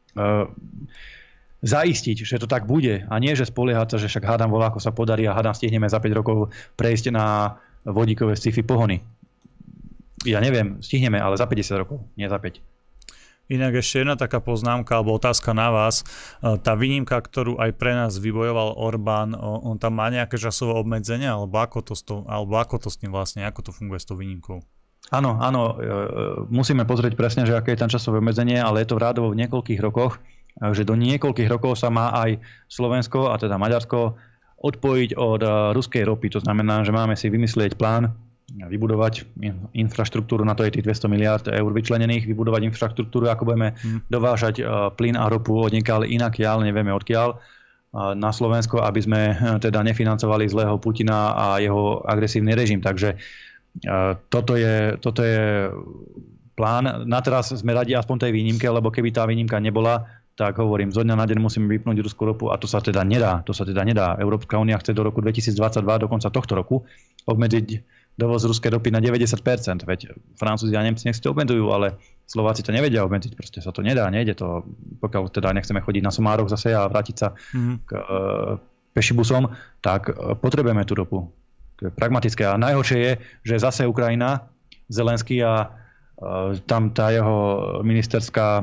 zaistiť, že to tak bude a nie, že spoliehať sa, že však hádam voľako sa podarí a hádam stihneme za 5 rokov prejsť na vodíkové sci-fi pohony. Ja neviem, stihneme, ale za 50 rokov, nie za 5. Inak ešte jedna taká poznámka alebo otázka na vás. Tá výnimka, ktorú aj pre nás vybojoval Orbán, on tam má nejaké časové obmedzenia, alebo ako to s tým vlastne, ako to funguje s tou výnimkou? Áno, musíme pozrieť presne, že aké je tam časové obmedzenie, ale je to rádovo v niekoľkých rokoch, že do niekoľkých rokov sa má aj Slovensko, a teda Maďarsko, odpojiť od ruskej ropy. To znamená, že máme si vymyslieť plán, vybudovať infraštruktúru, na to je tých 200 miliard eur vyčlenených, vybudovať infraštruktúru, ako budeme dovážať plyn a ropu odniekaľ inakiaľ, nevieme odkiaľ, na Slovensko, aby sme teda nefinancovali zlého Putina a jeho agresívny režim. Takže toto je plán. Na teraz sme radi aspoň tej výnimke, lebo keby tá výnimka nebola, tak hovorím, zo dňa na deň musíme vypnúť ruskú ropu a to sa teda nedá. Európska únia chce do roku 2022, do konca tohto roku, obmedziť dovoz ruskej ropy na 90%. Veď Francúzi a Nemci nech si to obmedzujú, ale Slováci to nevedia obmedziť. Proste sa to nedá, nejde to. Pokiaľ teda nechceme chodiť na somároch zase a vrátiť sa k pešibusom, tak potrebujeme tú ropu. To je pragmatické. A najhoršie je, že zase Ukrajina, Zelenský a tam tá jeho ministerská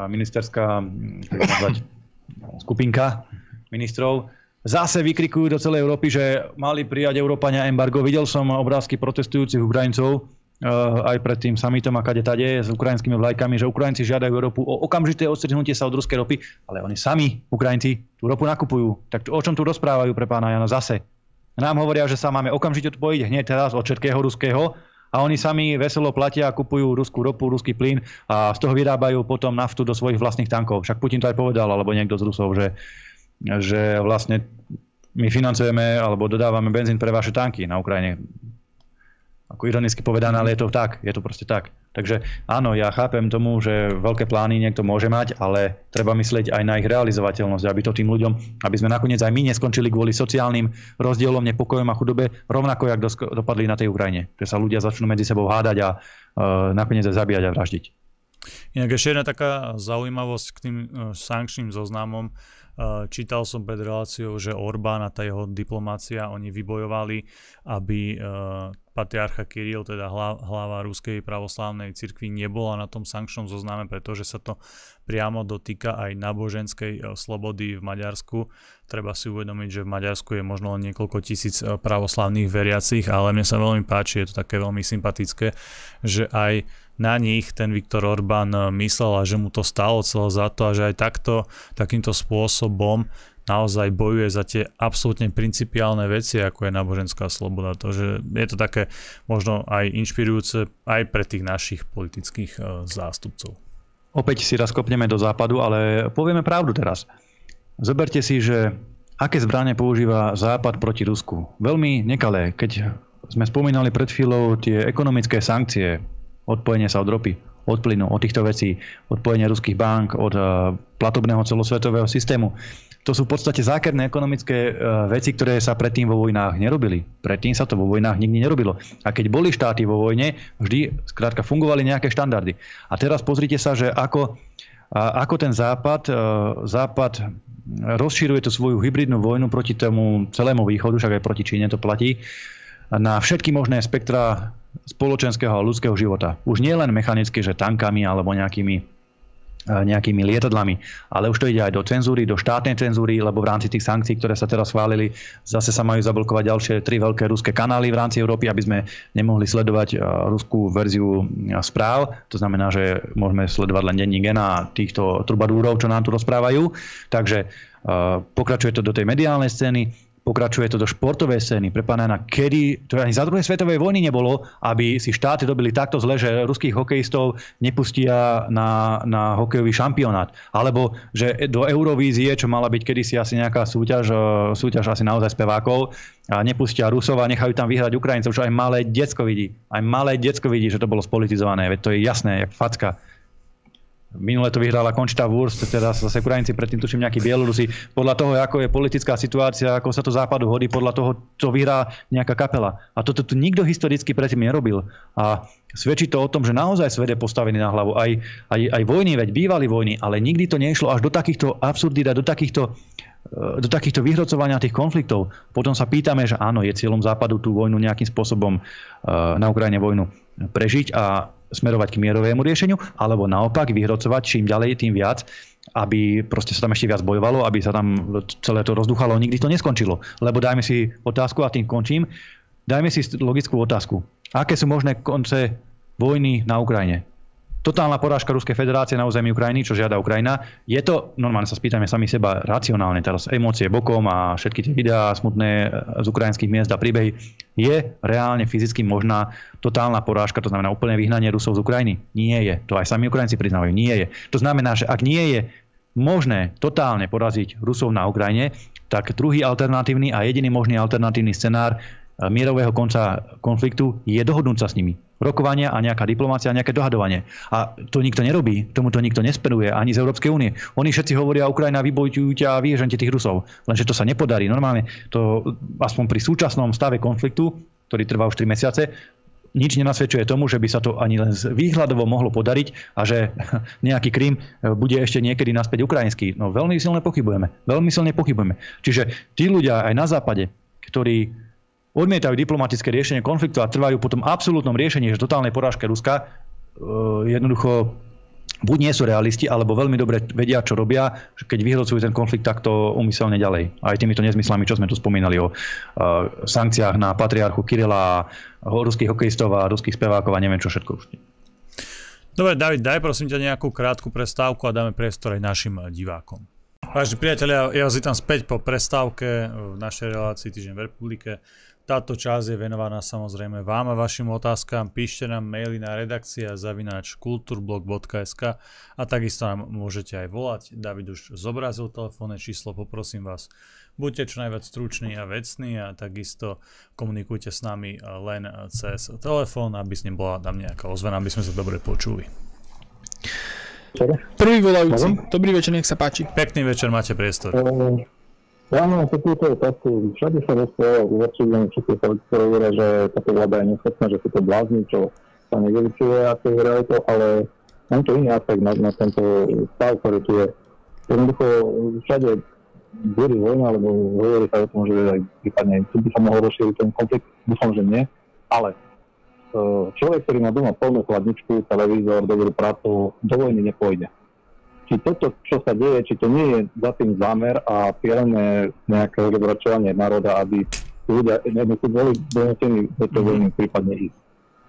skupinka ministrov zase vykrikujú do celej Európy, že mali prijať Európania embargo. Videl som obrázky protestujúcich Ukrajincov aj pred tým summitom a kade-tade s ukrajinskými vlajkami, že Ukrajinci žiadajú Európu o okamžité odstrihnutie sa od ruskej ropy, ale oni sami, Ukrajinci, tú ropu nakupujú. Tak o čom tu rozprávajú pre pána Jana zase? Nám hovoria, že sa máme okamžite odpojiť hneď teraz od všetkého ruského a oni sami veselo platia a kupujú ruskú ropu, ruský plyn a z toho vyrábajú potom naftu do svojich vlastných tankov. Však Putin to aj povedal, alebo niekto z Rusov, že vlastne my financujeme alebo dodávame benzín pre vaše tanky na Ukrajine. Ako ironicky povedané, ale je to tak. Je to proste tak. Takže áno, ja chápem tomu, že veľké plány niekto môže mať, ale treba myslieť aj na ich realizovateľnosť, aby to tým ľuďom, aby sme nakoniec aj my neskončili kvôli sociálnym rozdielom, nepokojom a chudobe, rovnako jak dopadli na tej Ukrajine. Že sa ľudia začnú medzi sebou hádať a nakoniec aj zabíjať a vraždiť. Inak ešte jedna taká zaujímavosť k tým sankčným zoznamom. Čítal som pred reláciou, že Orbán a tá jeho diplomácia, oni vybojovali, aby patriarcha Kiril, teda hlava Ruskej pravoslávnej cirkvi, nebola na tom sankčnom zozname, pretože sa to priamo dotýka aj náboženskej slobody v Maďarsku. Treba si uvedomiť, že v Maďarsku je možno len niekoľko tisíc pravoslávnych veriacich, ale mne sa veľmi páči, je to také veľmi sympatické, že aj na nich ten Viktor Orbán myslel a že mu to stálo celé za to a že aj takýmto spôsobom naozaj bojuje za tie absolútne principiálne veci, ako je náboženská sloboda. To, že je to také možno aj inšpirujúce aj pre tých našich politických zástupcov. Opäť si raz kopneme do západu, ale povieme pravdu teraz. Zoberte si, že aké zbrane používa Západ proti Rusku. Veľmi nekalé. Keď sme spomínali pred chvíľou tie ekonomické sankcie, odpojenie sa od ropy, od plynu, od týchto vecí, odpojenie ruských bank, od platobného celosvetového systému. To sú v podstate zákerné ekonomické veci, ktoré sa predtým vo vojnách nerobili. Predtým sa to vo vojnách nikdy nerobilo. A keď boli štáty vo vojne, vždy skrátka fungovali nejaké štandardy. A teraz pozrite sa, že ako ten Západ rozširuje tú svoju hybridnú vojnu proti tomu celému východu, však aj proti Číne to platí, na všetky možné spektra spoločenského a ľudského života. Už nie len mechanicky, že tankami alebo nejakými lietadlami, ale už to ide aj do cenzúry, do štátnej cenzúry, lebo v rámci tých sankcií, ktoré sa teraz schválili, zase sa majú zablokovať ďalšie 3 veľké ruské kanály v rámci Európy, aby sme nemohli sledovať ruskú verziu správ. To znamená, že môžeme sledovať len denní Gen a týchto trubadúrov, čo nám tu rozprávajú. Takže pokračuje to do tej mediálnej scény, pokračuje to do športovej scény. Prepánaná, kedy, to ani za druhej svetovej vojny nebolo, aby si štáty dobili takto zle, že ruských hokejistov nepustia na hokejový šampionát. Alebo že do Eurovízie, čo mala byť kedysi asi nejaká súťaž asi naozaj spevákov, a nepustia Rusov a nechajú tam vyhrať Ukrajincov, čo aj malé decko vidí. Aj malé decko vidí, že to bolo spolitizované. Veď to je jasné, jak facka. Minule to vyhrala Končita Wurst, teraz zase Ukrajinci, predtým tuším nejakí Bielorusi. Podľa toho, ako je politická situácia, ako sa to západu hodí, podľa toho, čo vyhrá nejaká kapela. A toto tu nikto historicky predtým nerobil. A svedčí to o tom, že naozaj svet je postavený na hlavu. Aj vojny, veď bývali vojny, ale nikdy to nešlo až do takýchto absurdít a do takýchto vyhrocovania tých konfliktov. Potom sa pýtame, že áno, je cieľom západu tú vojnu nejakým spôsobom na Ukrajine vojnu prežiť a smerovať k mierovému riešeniu, alebo naopak vyhrocovať čím ďalej, tým viac, aby proste sa tam ešte viac bojovalo, aby sa tam celé to rozduchalo, nikdy to neskončilo. Lebo dajme si otázku, a tým končím, dajme si logickú otázku. Aké sú možné konce vojny na Ukrajine? Totálna porážka Ruskej federácie na území Ukrajiny, čo žiada Ukrajina. Je to, normálne sa spýtame sami seba, racionálne, teraz emócie bokom a všetky tie videá smutné z ukrajinských miest a príbehy. Je reálne fyzicky možná totálna porážka, to znamená úplné vyhnanie Rusov z Ukrajiny? Nie je. To aj sami Ukrajinci priznávajú. Nie je. To znamená, že ak nie je možné totálne poraziť Rusov na Ukrajine, tak druhý alternatívny a jediný možný alternatívny scenár mierového konca konfliktu je dohodnúť sa s nimi. Rokovania a nejaká diplomácia a nejaké dohadovanie. A to nikto nerobí, tomuto nikto nesperuje, ani z Európskej únie. Oni všetci hovoria, Ukrajina, vybojujte a vyježďte tých Rusov. Lenže to sa nepodarí. Normálne to aspoň pri súčasnom stave konfliktu, ktorý trvá už 3 mesiace, nič nenasvedčuje tomu, že by sa to ani len výhľadovo mohlo podariť a že nejaký Krym bude ešte niekedy naspäť ukrajinský. No veľmi silne pochybujeme. Čiže tí ľudia aj na západe, ktorí odmietajú diplomatické riešenie konfliktu a trvajú po tom absolútnom riešení, že totálnej porážke Ruska, jednoducho buď nie sú realisti, alebo veľmi dobre vedia, čo robia, keď vyhrocujú ten konflikt takto úmyselne ďalej. Aj týmito nezmyslami, čo sme tu spomínali o sankciách na patriarchu Kirila, ruských hokejistov a ruských spevákov a neviem čo všetko už. Dobre, David, daj prosím ťa nejakú krátku prestávku a dáme priestor aj našim divákom. Vážení priatelia, ja vás vítam späť po prestávke v našej relácii Týždeň v republike. Táto časť je venovaná samozrejme vám a vašim otázkam. Píšte nám maily na redakcia@kulturblog.sk a takisto nám môžete aj volať. David už zobrazil telefónne číslo, poprosím vás, buďte čo najviac struční a vecní a takisto komunikujte s nami len cez telefón, aby s ním bola tam nejaká ozvena, aby sme sa dobre počuli. Prvý volajúci. Dobrý večer, nech sa páči. Pekný večer, máte priestor. Ja mám takúto otázku. Všade sa rozpráva, určite všetky politici hovoria, že táto vláda je neschopná, že sú to blázni, čo sa nevylučuje ako je realito, ale mám to iný aspekt na tento stav, ktorý tu je. Jednoducho všade bude vojna, alebo hovorí sa o tom, že aj prípadne tu by sa mohol rozšíriť ten konflikt, dúfam, že nie, ale človek, ktorý má doma plnú chladničku, televízor, dobrú prácu, do vojny nepôjde. Či toto, čo sa deje, či to nie je za tým zámer a cieľené nejaké rozvračovanie národa, aby ľudia boli donútení do tej vojny prípadne ísť.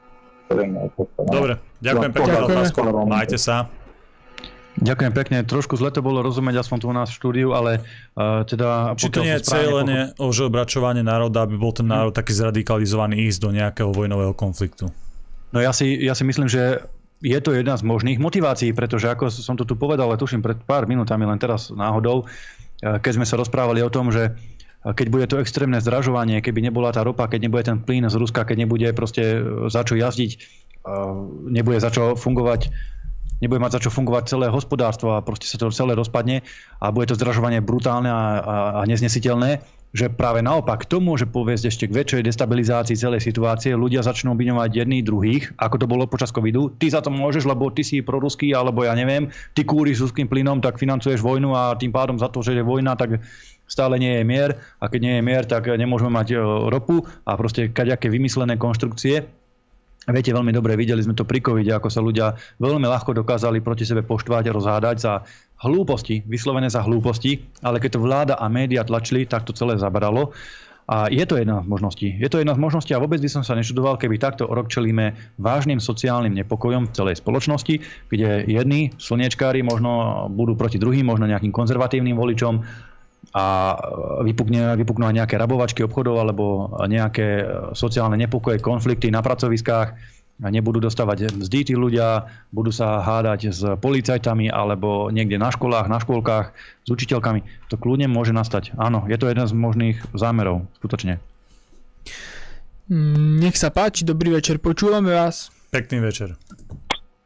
Dobre, ďakujem pekne za otázku. Majte sa. Ďakujem pekne. Trošku zle to bolo rozumieť aspoň tu u nás v štúdiu, ale teda... Či to nie je cieľené o obračovanie národa, aby bol ten národ taký zradikalizovaný ísť do nejakého vojnového konfliktu? No ja si myslím, že je to jedna z možných motivácií, pretože ako som to tu povedal, ale tuším pred pár minútami, len teraz náhodou, keď sme sa rozprávali o tom, že keď bude to extrémne zdražovanie, keby nebola tá ropa, keď nebude ten plyn z Ruska, keď nebude proste za čo jazdiť, nebude za čo fungovať, nebude mať za čo fungovať celé hospodárstvo a proste sa to celé rozpadne a bude to zdražovanie brutálne a neznesiteľné, že práve naopak to môže poviesť ešte k väčšej destabilizácii celej situácie. Ľudia začnú obviňovať jedných druhých, ako to bolo počas covidu. Ty za to môžeš, lebo ty si proruský, alebo ja neviem, ty kúriš ruským plynom, tak financuješ vojnu a tým pádom za to, že je vojna, tak stále nie je mier. A keď nie je mier, tak nemôžeme mať ropu a proste kaďaké vymyslené konštrukcie. Viete, veľmi dobre, videli sme to pri covide, ako sa ľudia veľmi ľahko dokázali proti sebe poštvať a rozhádať za hlúposti, vyslovené za hlúposti, ale keď to vláda a média tlačili, tak to celé zabralo. A je to jedna z možností. Je to jedna z možností a vôbec by som sa nečudoval, keby takto rok čelíme vážnym sociálnym nepokojom v celej spoločnosti, kde jedni slniečkári možno budú proti druhým, možno nejakým konzervatívnym voličom a vypuknú aj nejaké rabovačky obchodov alebo nejaké sociálne nepokoje, konflikty na pracoviskách a nebudú dostávať mzdy tí ľudia, budú sa hádať s policajtami alebo niekde na školách, na škôlkach s učiteľkami. To kľudne môže nastať. Áno, je to jeden z možných zámerov, skutočne. Nech sa páči, dobrý večer, počúvame vás. Pekný večer.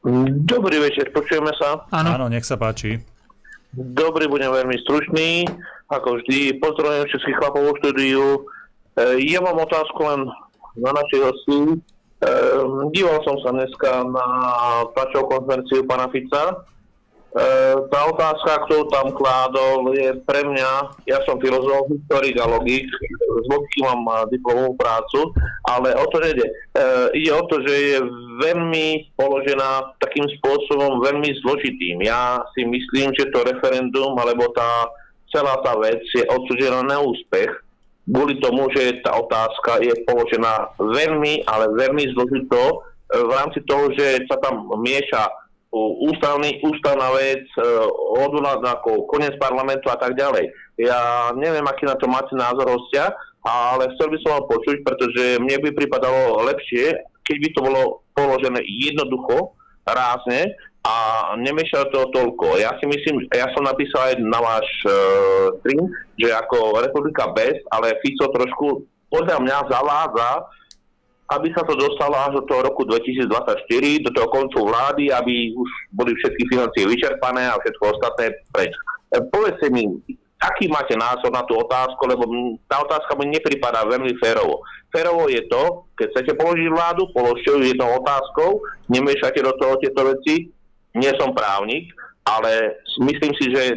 Dobrý večer, počujeme sa? Áno, nech sa páči. Dobrý, budem veľmi stručný. Ako vždy, pozdravujem všetkých chlapov vo štúdiu. Ja mám otázku len na našich hostí. Díval som sa dneska na tlačovú konferenciu pána Fica. Tá otázka, ktorú tam kládol, je pre mňa, ja som filozof, historik a logik, z logiky mám diplomovú prácu, ale o to nejde. Ide o to, že je veľmi položená takým spôsobom veľmi zložitým. Ja si myslím, že to referendum, alebo celá tá vec je odsúdená na úspech, kvôli tomu, že tá otázka je položená veľmi, ale veľmi zložito v rámci toho, že sa tam mieša ústavná vec, odvolať ako koniec parlamentu a tak ďalej. Ja neviem, aký na to máte názor hostia, ale chcel by som vám počuť, pretože mne by pripadalo lepšie, keď by to bolo položené jednoducho, rázne a nemiešať to toľko. Ja si myslím, ja som napísal aj na váš stream, že ako republika bez, ale Fico trošku podľa mňa zavádza, aby sa to dostalo až do toho roku 2024, do toho koncu vlády, aby už boli všetky financie vyčerpané a všetko ostatné preč. Povedzte mi, aký máte názor na tú otázku, lebo tá otázka mi nepripadá veľmi férovo. Férovo je to, keď chcete položiť vládu, položte ju jednou otázkou, nemiešate do toho tieto veci. Nie som právnik, ale myslím si, že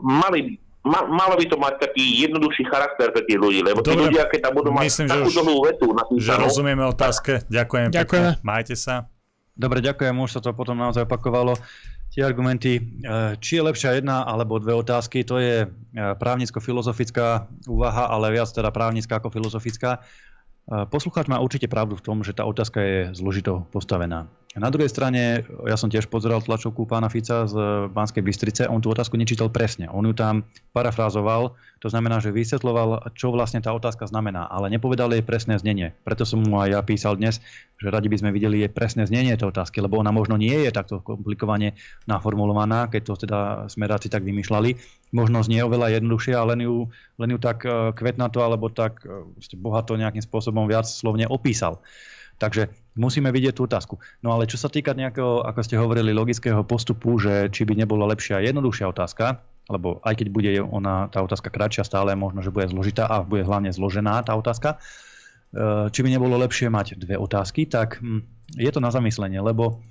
malo by to mať taký jednoduchší charakter pre tých ľudí, lebo tí ľudia, keď tam budú mať takú dlhú vetu napísanú. Že rozumieme otázke. Ďakujem pekne. Majte sa. Dobre, ďakujem. Už sa to potom naozaj opakovalo. Tie argumenty, či je lepšia jedna alebo dve otázky, to je právnicko-filozofická úvaha, ale viac teda právnická ako filozofická. Poslucháč má určite pravdu v tom, že tá otázka je zložito postavená. Na druhej strane, ja som tiež pozeral tlačovku pána Fica z Banskej Bystrice, on tú otázku nečítal presne. On ju tam parafrázoval, to znamená, že vysvetľoval, čo vlastne tá otázka znamená, ale nepovedal jej presné znenie. Preto som mu aj ja písal dnes, že radi by sme videli jej presné znenie tej otázky, lebo ona možno nie je takto komplikovane naformulovaná, keď to teda smeráci tak vymýšľali. Možno znie oveľa jednoduchšie, a len ju tak kvetnato alebo tak bohato nejakým spôsobom viac slovne opísal. Takže musíme vidieť tú otázku. No ale čo sa týka nejakého, ako ste hovorili, logického postupu, že či by nebola lepšia jednoduchšia otázka, lebo aj keď bude tá otázka kratšia, stále možno, že bude zložitá a bude hlavne zložená tá otázka, či by nebolo lepšie mať dve otázky, tak je to na zamyslenie, lebo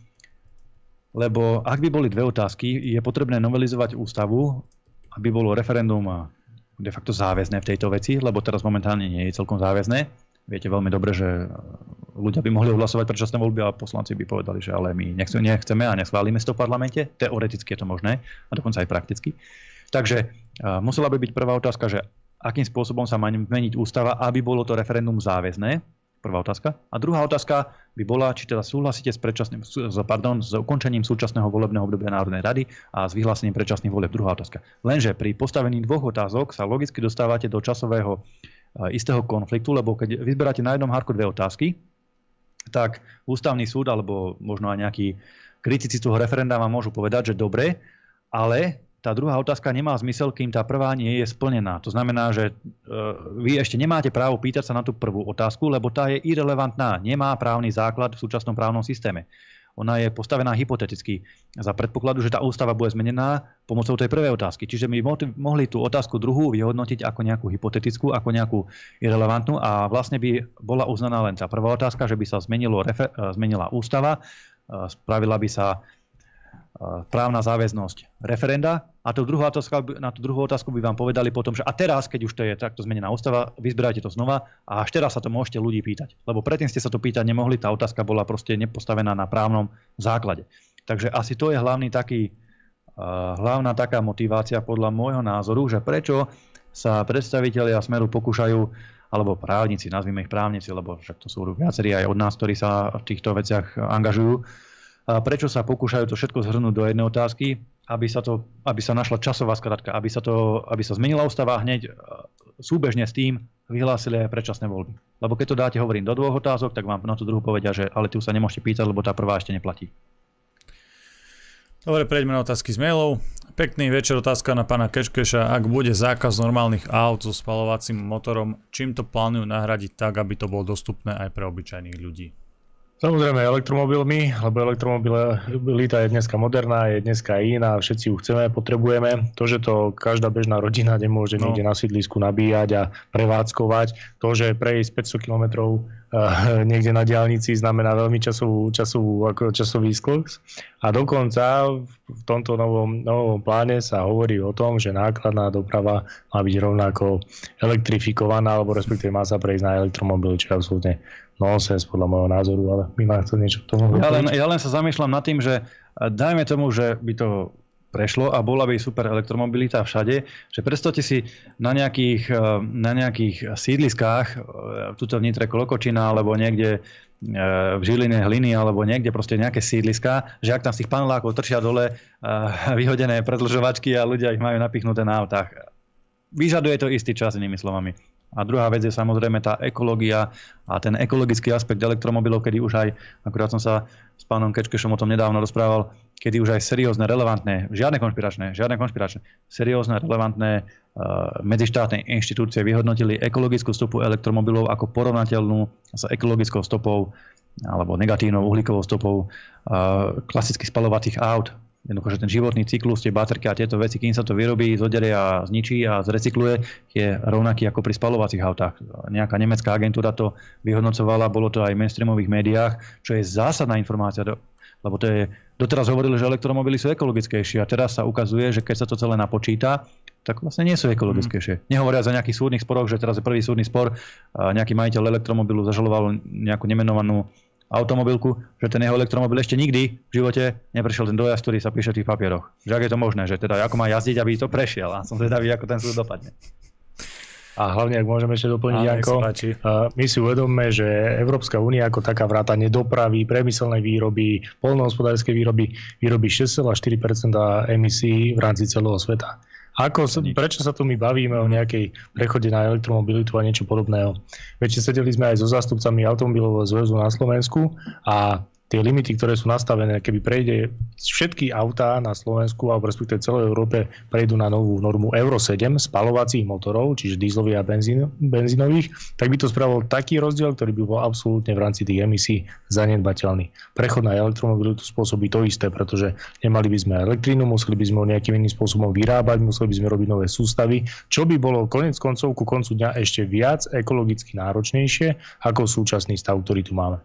ak by boli dve otázky, je potrebné novelizovať ústavu, aby bolo referendum de facto záväzné v tejto veci, lebo teraz momentálne nie je celkom záväzné. Viete veľmi dobre, že ľudia by mohli ohlasovať predčasné voľby a poslanci by povedali, že ale my nechceme a neschválime to v parlamente. Teoreticky je to možné a dokonca aj prakticky. Takže musela by byť prvá otázka, že akým spôsobom sa má meniť ústava, aby bolo to referendum záväzné. Prvá otázka. A druhá otázka by bola, či teda súhlasíte s ukončením súčasného volebného obdobia Národnej rady a s vyhlásením predčasných volieb. Druhá otázka. Lenže pri postavení dvoch otázok sa logicky dostávate do časového istého konfliktu, lebo keď vyberáte na jednom hárku dve otázky, tak ústavný súd alebo možno aj nejakí kritici toho referenda vám môžu povedať, že dobre, ale tá druhá otázka nemá zmysel, kým tá prvá nie je splnená. To znamená, že vy ešte nemáte právo pýtať sa na tú prvú otázku, lebo tá je irelevantná, nemá právny základ v súčasnom právnom systéme. Ona je postavená hypoteticky za predpokladu, že tá ústava bude zmenená pomocou tej prvej otázky. Čiže my mohli tú otázku druhú vyhodnotiť ako nejakú hypotetickú, ako nejakú irelevantnú a vlastne by bola uznaná len tá prvá otázka, že by sa zmenila ústava, spravila by sa právna záväznosť referenda a na tú druhú otázku by vám povedali potom, že a teraz, keď už to je takto zmenená ústava, vyzberajte to znova a až teraz sa to môžete ľudí pýtať. Lebo predtým ste sa to pýtať nemohli, tá otázka bola proste nepostavená na právnom základe. Takže asi to je hlavná taká motivácia podľa môjho názoru, že prečo sa predstavitelia Smeru pokúšajú, alebo právnici, nazvime ich právnici, lebo však to sú viacerí aj od nás, ktorí sa v týchto veciach angažujú, prečo sa pokúšajú to všetko zhrnúť do jednej otázky, aby sa našla časová skratka, aby sa zmenila ústava a hneď súbežne s tým vyhlásili aj predčasné voľby. Lebo keď to dáte, hovorím, do dvoch otázok, tak vám na tú druhú povedia, že ale tu sa nemôžete pýtať, lebo tá prvá ešte neplatí. Dobre, prejdeme na otázky z mailov. Pekný večer, otázka na pána Keškeša. Ak bude zákaz normálnych aut so spaľovacím motorom, čím to plánujú nahradiť tak, aby to bolo dostupné aj pre obyčajných ľudí? Samozrejme elektromobilmi, lebo elektromobilita je dneska moderná, je dneska iná, všetci ju chceme, potrebujeme. To, že to každá bežná rodina nemôže niekde na sídlisku nabíjať a prevádzkovať, to, že prejsť 500 kilometrov niekde na diaľnici znamená veľmi časový sklz. A dokonca v tomto novom pláne sa hovorí o tom, že nákladná doprava má byť rovnako elektrifikovaná, alebo respektíve má sa prejsť na elektromobily, čo je absolútne nonsens podľa môjho názoru, ale Milan chce niečo k tomu. Ja len sa zamýšľam nad tým, že dajme tomu, že by to prešlo a bola by super elektromobilita všade, že predstavte si na nejakých sídliskách, tuto v Nitre Klokočina, alebo niekde v Žiline Hliny, alebo niekde proste nejaké sídliská, že ak tam z tých panelákov trčia dole vyhodené predĺžovačky a ľudia ich majú napichnuté na autách. Vyžaduje to istý čas, inými slovami. A druhá vec je samozrejme tá ekológia a ten ekologický aspekt elektromobilov, kedy už aj, akurát som sa s pánom Kečkešom o tom nedávno rozprával, kedy už aj seriózne, relevantné, žiadne konšpiračné, seriózne, relevantné medzištátne inštitúcie vyhodnotili ekologickú stopu elektromobilov ako porovnateľnú s ekologickou stopou alebo negatívnou uhlíkovou stopou klasických spaľovacích aut. Jednoducho, že ten životný cyklus, tie baterky a tieto veci, kým sa to vyrobí, zoderie a zničí a zrecykluje, je rovnaký ako pri spaľovacích autách. Nejaká nemecká agentúra to vyhodnocovala, bolo to aj v mainstreamových médiách, čo je zásadná informácia, lebo to je, doteraz hovorili, že elektromobily sú ekologickejšie a teraz sa ukazuje, že keď sa to celé napočíta, tak vlastne nie sú ekologickejšie. Nehovoria za nejakých súdnych sporoch, že teraz je prvý súdny spor, nejaký majiteľ elektromobilu zažaloval nejakú nemenovanú automobilku, že ten jeho elektromobil ešte nikdy v živote neprešiel ten dojazd, ktorý sa píše v tých papieroch. Že ak je to možné, že teda ako má jazdiť, aby to prešiel. A som zvedavý, ako ten súd dopadne. A hlavne, ak môžeme ešte doplniť, Janko, my si uvedomme, že Európska únia ako taká vrátane dopravy, priemyselnej výroby, poľnohospodárskej výroby vyrobí 6,4% emisí v rámci celého sveta. Prečo sa tu my bavíme o nejakej prechode na elektromobilitu a niečo podobného? Veď sedeli sme aj so zástupcami Automobilového zväzu na Slovensku a tie limity, ktoré sú nastavené, keby prejde všetky autá na Slovensku alebo respektíve celej Európe prejdú na novú normu Euro 7 spaľovacích motorov, čiže dízlových a benzínových, tak by to spravil taký rozdiel, ktorý by bol absolútne v rámci tých emisí zanedbateľný. Prechod na elektromobilitu spôsobí to isté, pretože nemali by sme elektrínu, museli by sme ho nejakým iným spôsobom vyrábať, museli by sme robiť nové sústavy, čo by bolo koniec koncov ku koncu dňa ešte viac ekologicky náročnejšie ako súčasný stav, ktorý tu máme.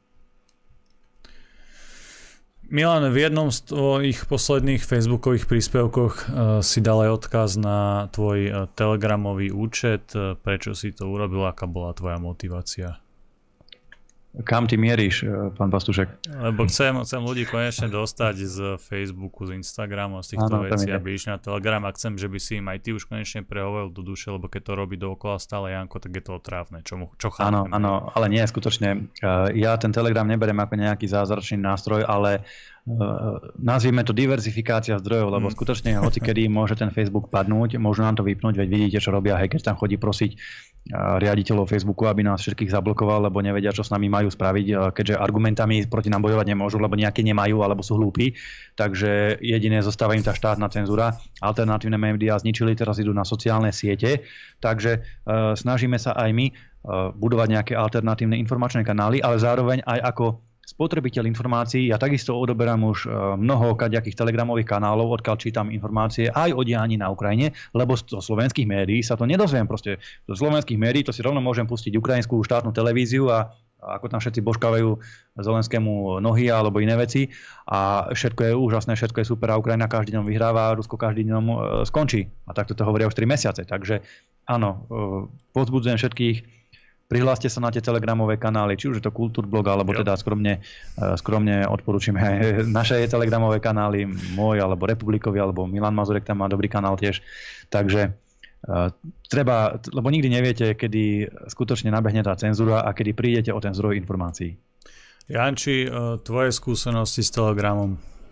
Milan, v jednom z tvojich posledných facebookových príspevkoch si dal aj odkaz na tvoj telegramový účet. Prečo si to urobil? Aká bola tvoja motivácia? Kam ty mieríš, pán Pastušek? Lebo chcem ľudí konečne dostať z Facebooku, z Instagramu, z týchto vecí, aby išli na Telegram a chcem, že by si im aj ty už konečne prehovoril do duše, lebo keď to robí dookola stále Janko, tak je to otrávne. Čo chápem? Áno, ale nie, skutočne. Ja ten Telegram neberiem ako nejaký zázračný nástroj, ale nazvime to diverzifikácia zdrojov, lebo skutočne hocikedy môže ten Facebook padnúť, môžu nám to vypnúť, veď vidíte, čo robia hackers, tam chodí prosiť riaditeľov Facebooku, aby nás všetkých zablokoval, lebo nevedia, čo s nami majú spraviť, keďže argumentami proti nám bojovať nemôžu, lebo nejaké nemajú, alebo sú hlúpi. Takže jediné zostáva im tá štátna cenzúra. Alternatívne médiá zničili, teraz idú na sociálne siete. Takže snažíme sa aj my budovať nejaké alternatívne informačné kanály, ale zároveň aj ako spotrebiteľ informácií. Ja takisto odoberám už mnoho kadejakých telegramových kanálov, odkiaľ čítam informácie aj o dianí na Ukrajine, lebo zo slovenských médií sa to nedozviem. Proste zo slovenských médií to si rovno môžem pustiť ukrajinskú štátnu televíziu a ako tam všetci božkávajú Zelenskému nohy alebo iné veci a všetko je úžasné, všetko je super a Ukrajina každý deň vyhráva a Rusko každý deň skončí. A takto to hovoria už 3 mesiace. Takže áno, povzbudzujem všetkých, prihláste sa na tie telegramové kanály, či už je to Kultúrblog, alebo teda skromne odporúčime aj naše telegramové kanály, môj, alebo Republikový, alebo Milan Mazurek tam má dobrý kanál tiež. Takže treba, lebo nikdy neviete, kedy skutočne nabehne tá cenzúra a kedy prídete o ten zdroj informácií. Janči, tvoje skúsenosti s telegramom?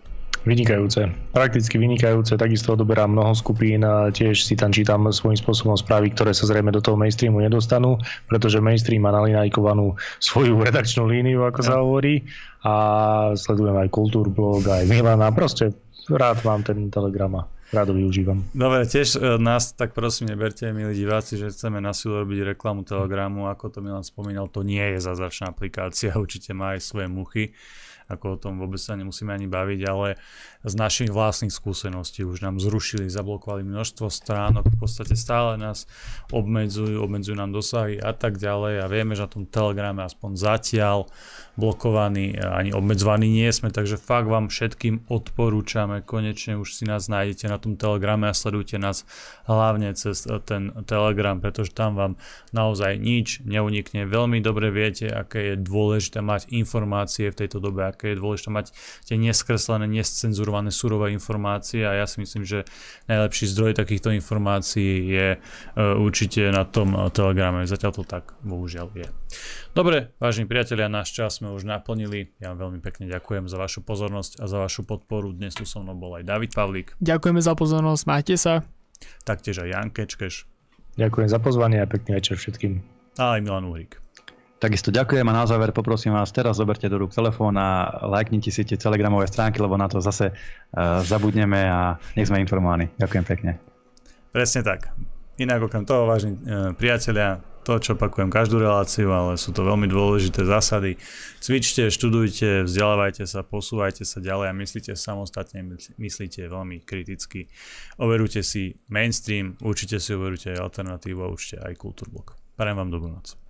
Vynikajúce, prakticky vynikajúce, takisto odoberám mnoho skupín a tiež si tam čítam svojím spôsobom správy, ktoré sa zrejme do toho mainstreamu nedostanú, pretože mainstream má nalinajkovanú svoju redakčnú líniu, ako sa hovorí, a sledujem aj Kultúrblog, aj Milana, proste rád mám ten Telegram a rád ho využívam. Dobre, tiež nás tak prosím neberte, milí diváci, že chceme na silu robiť reklamu Telegramu, ako to Milan spomínal, to nie je zázračná aplikácia, určite má aj svoje muchy, ako o tom vôbec sa nemusíme ani baviť, ale z našich vlastných skúseností už nám zrušili, zablokovali množstvo stránok, v podstate stále nás obmedzujú nám dosahy a tak ďalej a vieme, že na tom Telegrame aspoň zatiaľ blokovaní ani obmedzovaní nie sme, takže fakt vám všetkým odporúčame, konečne už si nás nájdete na tom Telegrame a sledujte nás hlavne cez ten Telegram, pretože tam vám naozaj nič neunikne. Veľmi dobre viete, aké je dôležité mať informácie v tejto dobe, aké je dôležité mať tie neskreslené, nescenzurované, surové informácie a ja si myslím, že najlepší zdroj takýchto informácií je určite na tom Telegrame. Zatiaľ to tak bohužiaľ je. Dobre, vážení priatelia, náš čas sme už naplnili. Ja vám veľmi pekne ďakujem za vašu pozornosť a za vašu podporu. Dnes tu so mnou bol aj David Pavlík. Ďakujeme za pozornosť, majte sa. Taktiež aj Jan Kečkeš. Ďakujem za pozvanie a pekný večer všetkým. A aj Milan Uhrík. Takisto ďakujem a na záver poprosím vás, teraz zoberte do rúk telefón a lajknite si tie telegramové stránky, lebo na to zase zabudneme a nech sme informovaní. Ďakujem pekne. Presne tak. Inak okrem toho, vážení priatelia, to, čo opakujem každú reláciu, ale sú to veľmi dôležité zásady. Cvičte, študujte, vzdelávajte sa, posúvajte sa ďalej a myslíte samostatne, myslíte veľmi kriticky. Overujte si mainstream, určite si overujte aj alternatívu a určite aj Kultúrblog. Prajem vám dobrú noc.